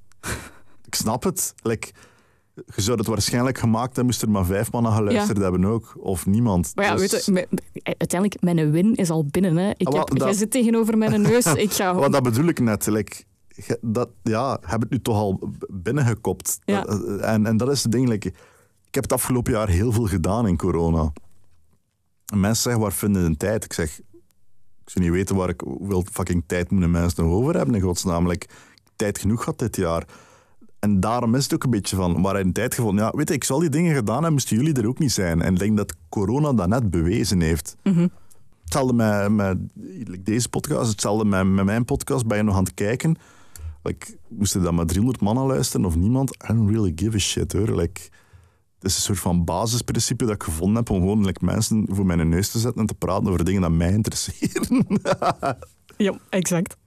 Je zou het waarschijnlijk gemaakt hebben, moest er maar 5 mannen geluisterd hebben ook. Of niemand. Maar ja, weet je, uiteindelijk, mijn win is al binnen. Hè. Jij zit tegenover mijn neus. Wat dat bedoel ik net. Heb het nu toch al binnengekopt. Ja. En dat is het ding. Ik heb het afgelopen jaar heel veel gedaan in corona. En mensen zeggen, waar vinden ze de tijd? Ik zeg, ik zou niet weten hoeveel fucking tijd moeten mensen nog over hebben in godsnaam. Tijd genoeg had dit jaar. En daarom is het ook een beetje van, waar hij een tijd gevonden... Ja, weet je, ik zal die dingen gedaan hebben, moesten jullie er ook niet zijn. En ik denk dat corona dat net bewezen heeft. Mm-hmm. Hetzelfde met deze podcast, hetzelfde met mijn podcast. Ben je nog aan het kijken? Moesten dat met 300 mannen luisteren of niemand? I don't really give a shit, hoor. Het is een soort van basisprincipe dat ik gevonden heb om gewoon mensen voor mijn neus te zetten en te praten over dingen die mij interesseren. Ja, exact.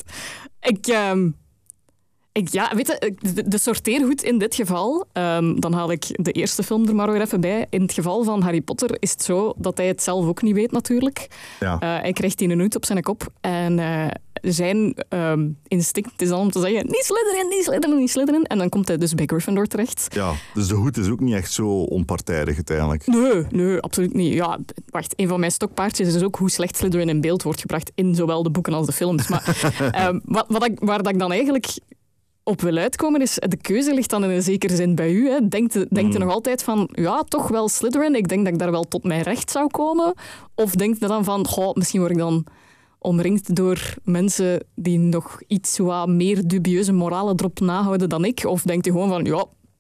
Weet je, de sorteerhoed in dit geval, dan haal ik de eerste film er maar weer even bij. In het geval van Harry Potter is het zo dat hij het zelf ook niet weet natuurlijk. Ja. Hij krijgt die een hoed op zijn kop en zijn instinct is dan om te zeggen niet Slytherin. En dan komt hij dus bij Gryffindor terecht. Ja, dus de hoed is ook niet echt zo onpartijdig uiteindelijk. Nee, absoluut niet. Ja, wacht, een van mijn stokpaardjes is ook hoe slecht Slytherin in beeld wordt gebracht in zowel de boeken als de films. Maar waar ik dan eigenlijk op wil uitkomen is, de keuze ligt dan in een zekere zin bij u. Hè. Denkt u nog altijd van, ja, toch wel Slytherin, ik denk dat ik daar wel tot mijn recht zou komen? Of denkt u dan van, misschien word ik dan omringd door mensen die nog iets wat meer dubieuze moralen erop nahouden dan ik? Of denkt u gewoon van, ja,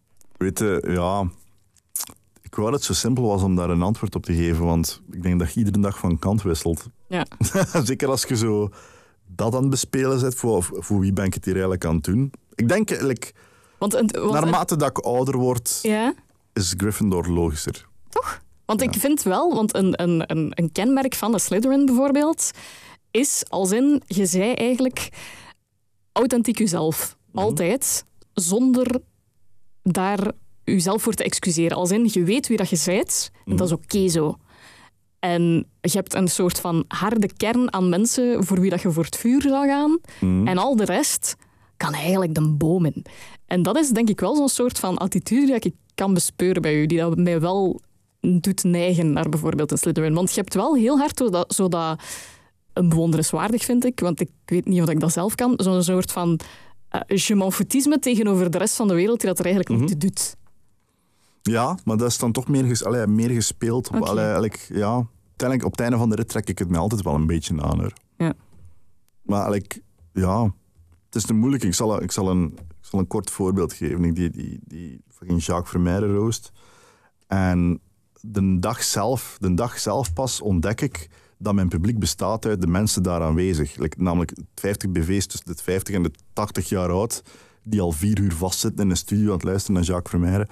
Weet je, ja... Ik wou dat het zo simpel was om daar een antwoord op te geven, want ik denk dat je iedere dag van kant wisselt. Ja. Zeker als je zo dat aan het bespelen zit, voor wie ben ik het hier eigenlijk aan het doen? Ik denk eigenlijk, naarmate dat ik ouder word, is Gryffindor logischer. Toch? Want ik vind wel, want een kenmerk van de Slytherin bijvoorbeeld, is als in, je zei eigenlijk authentiek jezelf. Altijd, zonder daar jezelf voor te excuseren. Als in, je weet wie dat je bent, en dat is oké zo. En je hebt een soort van harde kern aan mensen voor wie dat je voor het vuur zou gaan. En al de rest kan eigenlijk de boom in. En dat is denk ik wel zo'n soort van attitude die ik kan bespeuren bij u, die dat mij wel doet neigen naar bijvoorbeeld een Slytherin. Want je hebt wel heel hard zodat een bewonderenswaardig, vind ik, want ik weet niet of ik dat zelf kan, zo'n soort van je m'en foutisme tegenover de rest van de wereld die dat er eigenlijk niet toe doet. Ja, maar dat is dan toch meer gespeeld. Uiteindelijk, op het einde van de rit trek ik het mij altijd wel een beetje aan. Hoor. Ja. Maar eigenlijk, ja, het is te moeilijk. Ik zal een kort voorbeeld geven. Die fucking Jacques Vermeijden roost. En de dag zelf pas ontdek ik dat mijn publiek bestaat uit de mensen daar aanwezig. Namelijk 50 BV's tussen de 50 en de 80 jaar oud, die al 4 uur vastzitten in een studio aan het luisteren naar Jacques Vermeijden.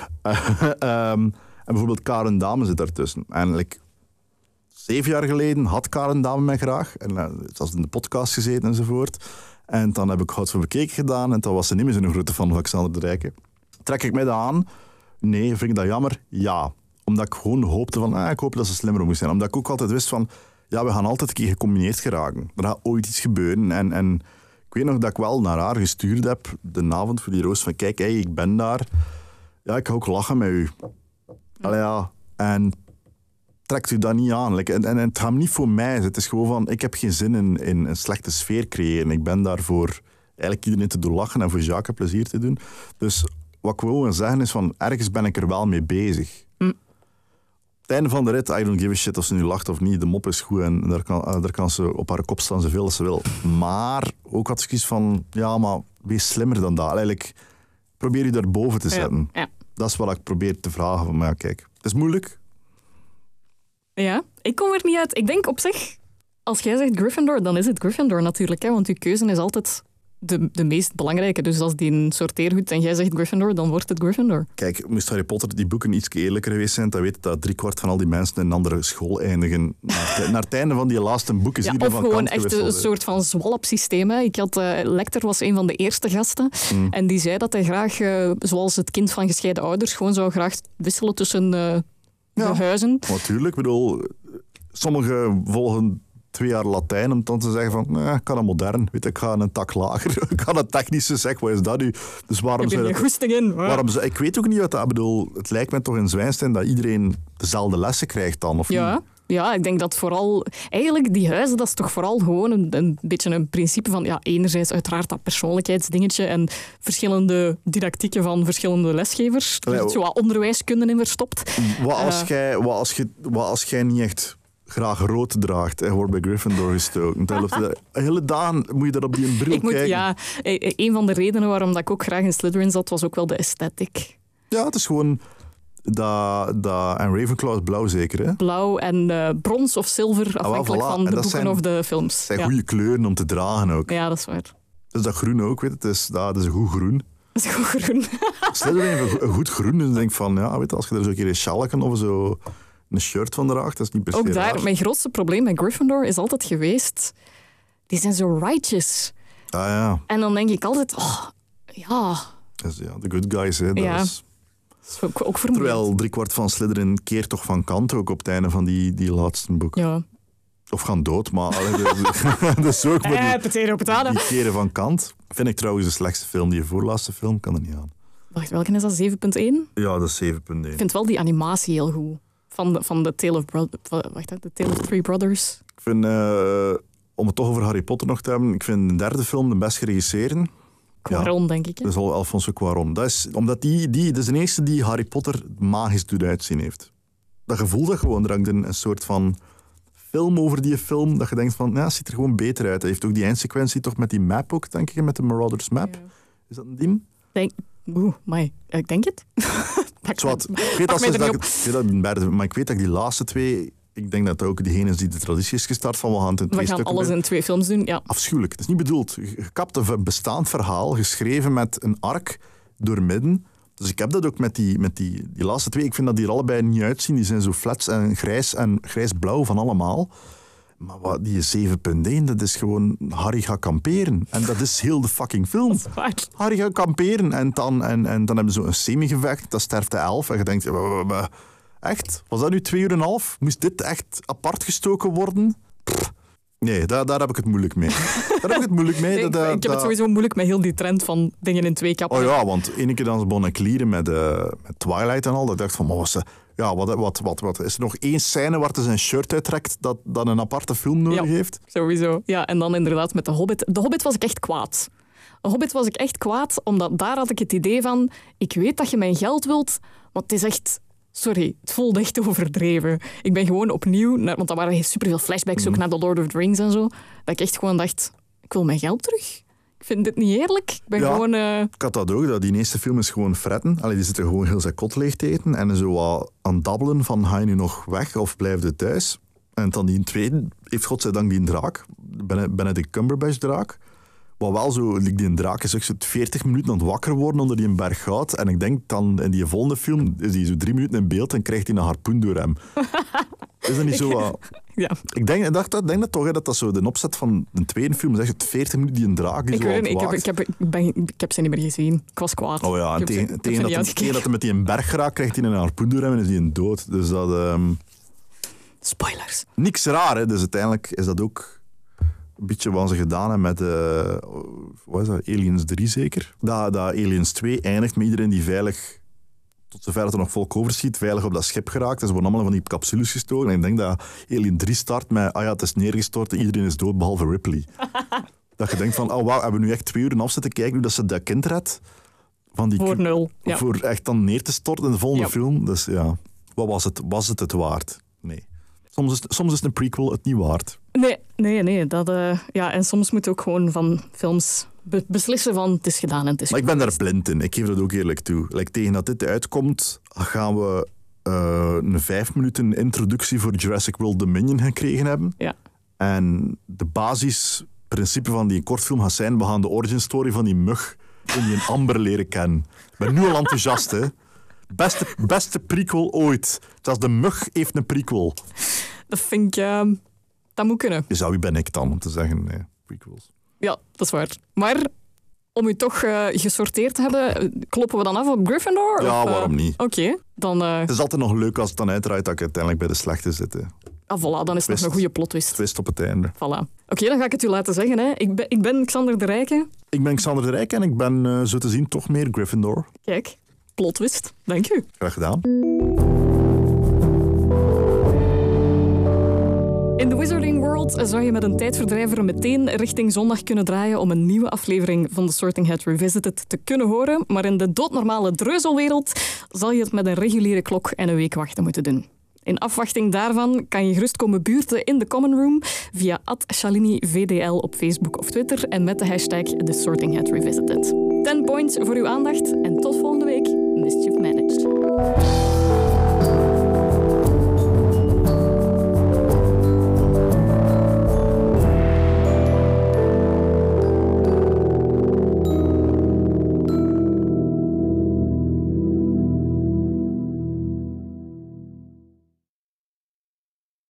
En bijvoorbeeld Karen Dame zit daartussen. En 7 jaar geleden had Karen Dame mij graag. En ze was in de podcast gezeten enzovoort. En dan heb ik Goud voor Bekeken gedaan. En dan was ze niet meer zo'n grote fan van Xander de Rijke. Trek ik mij dat aan? Nee. Vind ik dat jammer? Ja. Omdat ik gewoon hoopte van, ik hoop dat ze slimmer moest zijn. Omdat ik ook altijd wist van, ja, we gaan altijd een keer gecombineerd geraken. Er gaat ooit iets gebeuren. En ik weet nog dat ik wel naar haar gestuurd heb, de avond voor die roos, van kijk, ik ben daar. Ja, ik ga ook lachen met u. Allee, ja. En trekt u dat niet aan. En het gaat niet voor mij. Het is gewoon van, ik heb geen zin in een slechte sfeer creëren. Ik ben daar voor eigenlijk iedereen te doen lachen en voor Jacques plezier te doen. Dus wat ik wil zeggen is van, ergens ben ik er wel mee bezig. Het einde van de rit, I don't give a shit of ze nu lacht of niet. De mop is goed en daar kan ze op haar kop staan zoveel als ze wil. Maar ook had ik iets van, ja, maar wees slimmer dan dat. Eigenlijk probeer je daarboven te zetten. Ja. Dat is wat ik probeer te vragen van, maar kijk, het is moeilijk. Ja, ik kom er niet uit. Ik denk op zich, als jij zegt Gryffindor, dan is het Gryffindor natuurlijk. Hè, want je keuze is altijd de meest belangrijke. Dus als die een sorteergoed en jij zegt Gryffindor, dan wordt het Gryffindor. Kijk, moest Harry Potter die boeken iets eerlijker geweest zijn, dan weet je dat 3/4 van al die mensen in een andere school eindigen. Naar het einde van die laatste boek is iedereen van kant gewisseld. Of gewoon echt een soort van zwalpsysteem. Ik had, Lecter was een van de eerste gasten. En die zei dat hij graag, zoals het kind van gescheiden ouders, gewoon zou graag wisselen tussen de huizen. Natuurlijk. Ik bedoel, sommigen volgen 2 jaar Latijn om dan te zeggen van, ik kan een modern, weet je, ik ga een tak lager, ik ga een technische zeg, wat is dat nu? Dus waarom heb je goesting in? Ik weet ook niet wat dat bedoel. Het lijkt me toch in Zwijnstein dat iedereen dezelfde lessen krijgt dan, of niet? Ja, ik denk dat vooral... Eigenlijk, die huizen, dat is toch vooral gewoon een beetje een principe van... Ja, enerzijds uiteraard dat persoonlijkheidsdingetje en verschillende didactieken van verschillende lesgevers. Er zit zo wat onderwijskunde in verstopt. Wat als jij niet echt graag rood draagt en wordt bij Gryffindor gestoken? De hele dagen moet je daar op die bril kijken. Ja, een van de redenen waarom dat ik ook graag in Slytherin zat, was ook wel de esthetiek. Ja, het is gewoon... En Ravenclaw is blauw zeker, hè? Blauw en brons of zilver, afhankelijk van de boeken of de films. Het zijn goede kleuren om te dragen ook. Ja, dat is waar. Dus dat groen ook, weet je, dat is een goed groen. Dat is een goed groen. Slytherin heeft een goed groen, dus ik denk van, ja, weet je, als je er zo een keer een sjalken of zo een shirt van draagt, dat is niet per se ook daar, raar. Mijn grootste probleem met Gryffindor is altijd geweest, die zijn zo righteous. Ah ja. En dan denk ik altijd, Dus, de good guys, hè. Dat is... Ook terwijl 3/4 van Slytherin keert toch van kant ook op het einde van die laatste boek. Ja. Of gaan dood, maar dat is ook die keren van kant. Vind ik trouwens de slechtste film, die voorlaatste film, kan er niet aan. Wacht, welke is dat? 7.1? Ja, dat is 7.1. Ik vind wel die animatie heel goed. Van The Tale of Three Brothers. Ik vind, om het toch over Harry Potter nog te hebben, ik vind de 3e film de best geregisseerde. Cuarón, denk ik. Hè? Dat is al Alfonso Cuarón. Dat is, omdat dat is de eerste die Harry Potter magisch doet uitzien heeft. Dat gevoel dat gewoon, er hangt een soort van film over die film, dat je denkt van, ja, het ziet er gewoon beter uit. Hij heeft ook die eindsequentie toch met die map ook, denk ik, met de Marauders map. Ja. Is dat een ding? Maar ik denk het. Ik weet dat ik die laatste twee... Ik denk dat ook degene is die de traditie is gestart van we gaan het in twee stukken... We gaan alles in 2 films doen, ja. Afschuwelijk. Het is niet bedoeld. Je kapt een bestaand verhaal, geschreven met een arc doormidden. Dus ik heb dat ook met die laatste twee. Ik vind dat die er allebei niet uitzien. Die zijn zo flats en grijs-blauw van allemaal. Maar die 7.1, dat is gewoon Harry gaat kamperen. En dat is heel de fucking film. Dat is waar. Harry gaat kamperen. En dan hebben ze zo'n semi-gevecht. Dat sterft de 11. En je denkt... Echt? Was dat nu 2 uur en een half? Moest dit echt apart gestoken worden? Nee, daar heb ik het moeilijk mee. Ik heb het sowieso moeilijk met heel die trend van dingen in 2 kappen. Oh ja, want ene keer dan ze begonnen klieren met Twilight en al. Dat ik dacht van, wat is er nog 1 scène waar hij zijn shirt uittrekt dat een aparte film nodig heeft? Sowieso. Ja, en dan inderdaad met de Hobbit. De Hobbit was ik echt kwaad. De Hobbit was ik echt kwaad, omdat daar had ik het idee van... Ik weet dat je mijn geld wilt, maar het is echt... Sorry, het voelde echt overdreven. Ik ben gewoon opnieuw... Want dan waren superveel flashbacks ook naar The Lord of the Rings en zo. Dat ik echt gewoon dacht... Ik wil mijn geld terug. Ik vind dit niet eerlijk. Ik ben gewoon... Ik had dat ook. Dat die eerste film is gewoon fretten. Die zitten gewoon heel zijn kot leeg te eten. En zo wat aan het dabbelen van... Ga je nu nog weg of blijf je thuis? En dan die tweede heeft godzijdank die draak. Benedict Cumberbatch-draak. Wat wel zo, die draak is ook zo 40 minuten aan het wakker worden onder die berg goud. En ik denk dan in die volgende film is hij zo 3 minuten in beeld en krijgt hij een harpoen door hem. Is dat niet zo? Ja. Ik denk dat toch, dat zo de opzet van een tweede film is echt 40 minuten die een draak die ik zo weet het, ik heb ze niet meer gezien. Ik was kwaad. Oh ja, en tegen dat hij met die een berg geraakt, krijgt hij een harpoen door hem en is hij een dood. Dus dat... Spoilers. Niks raar, hè. Dus uiteindelijk is dat ook... Een beetje wat ze gedaan hebben met wat is dat? Aliens 3 zeker. Dat Aliens 2 eindigt met iedereen die veilig, tot zover dat er nog volk overschiet, veilig op dat schip geraakt. En ze worden allemaal van die capsules gestoken. En ik denk dat Alien 3 start met, het is neergestort en iedereen is dood, behalve Ripley. Dat je denkt van, hebben we nu echt 2 uur af zitten kijken hoe dat ze dat kind redt? Van die voor 0. Ja. Voor echt dan neer te storten in de volgende film. Dus ja, wat was het? Was het waard? Nee. Soms is een prequel het niet waard. Nee. En soms moet je ook gewoon van films beslissen van het is gedaan en het is Maar ik ben daar blind in. Ik geef dat ook eerlijk toe. Tegen dat dit uitkomt, gaan we een 5 minuten introductie voor Jurassic World Dominion gekregen hebben. Ja. En de basisprincipe van die kortfilm gaat zijn, we gaan de origin story van die mug in die amber leren kennen. Ik ben nu al enthousiast, hè. Beste prequel ooit. Zelfs de mug heeft een prequel. Dat vind ik... dat moet kunnen. Dus wie ben ik dan om te zeggen, nee, prequels? Ja, dat is waar. Maar om u toch gesorteerd te hebben, kloppen we dan af op Gryffindor? Ja, waarom niet? Oké, dan... Het is altijd nog leuk als het dan uitdraait dat ik uiteindelijk bij de slechte zit. Voilà, dan is het nog een goede plot twist. Twist op het einde. Voilà. Oké, dan ga ik het u laten zeggen. Hè. Ik ben Xander de Rijke. Ik ben Xander de Rijke en ik ben zo te zien toch meer Gryffindor. Kijk, plot twist. Dank u. Graag gedaan. In The Wizarding World zou je met een tijdverdrijver meteen richting zondag kunnen draaien om een nieuwe aflevering van The Sorting Hat Revisited te kunnen horen. Maar in de doodnormale dreuzelwereld zal je het met een reguliere klok en een week wachten moeten doen. In afwachting daarvan kan je gerust komen buurten in de Common Room via @ShaliniVDL op Facebook of Twitter en met de hashtag The Sorting Hat Revisited. 10 points voor uw aandacht en tot volgende week. Mischief managed.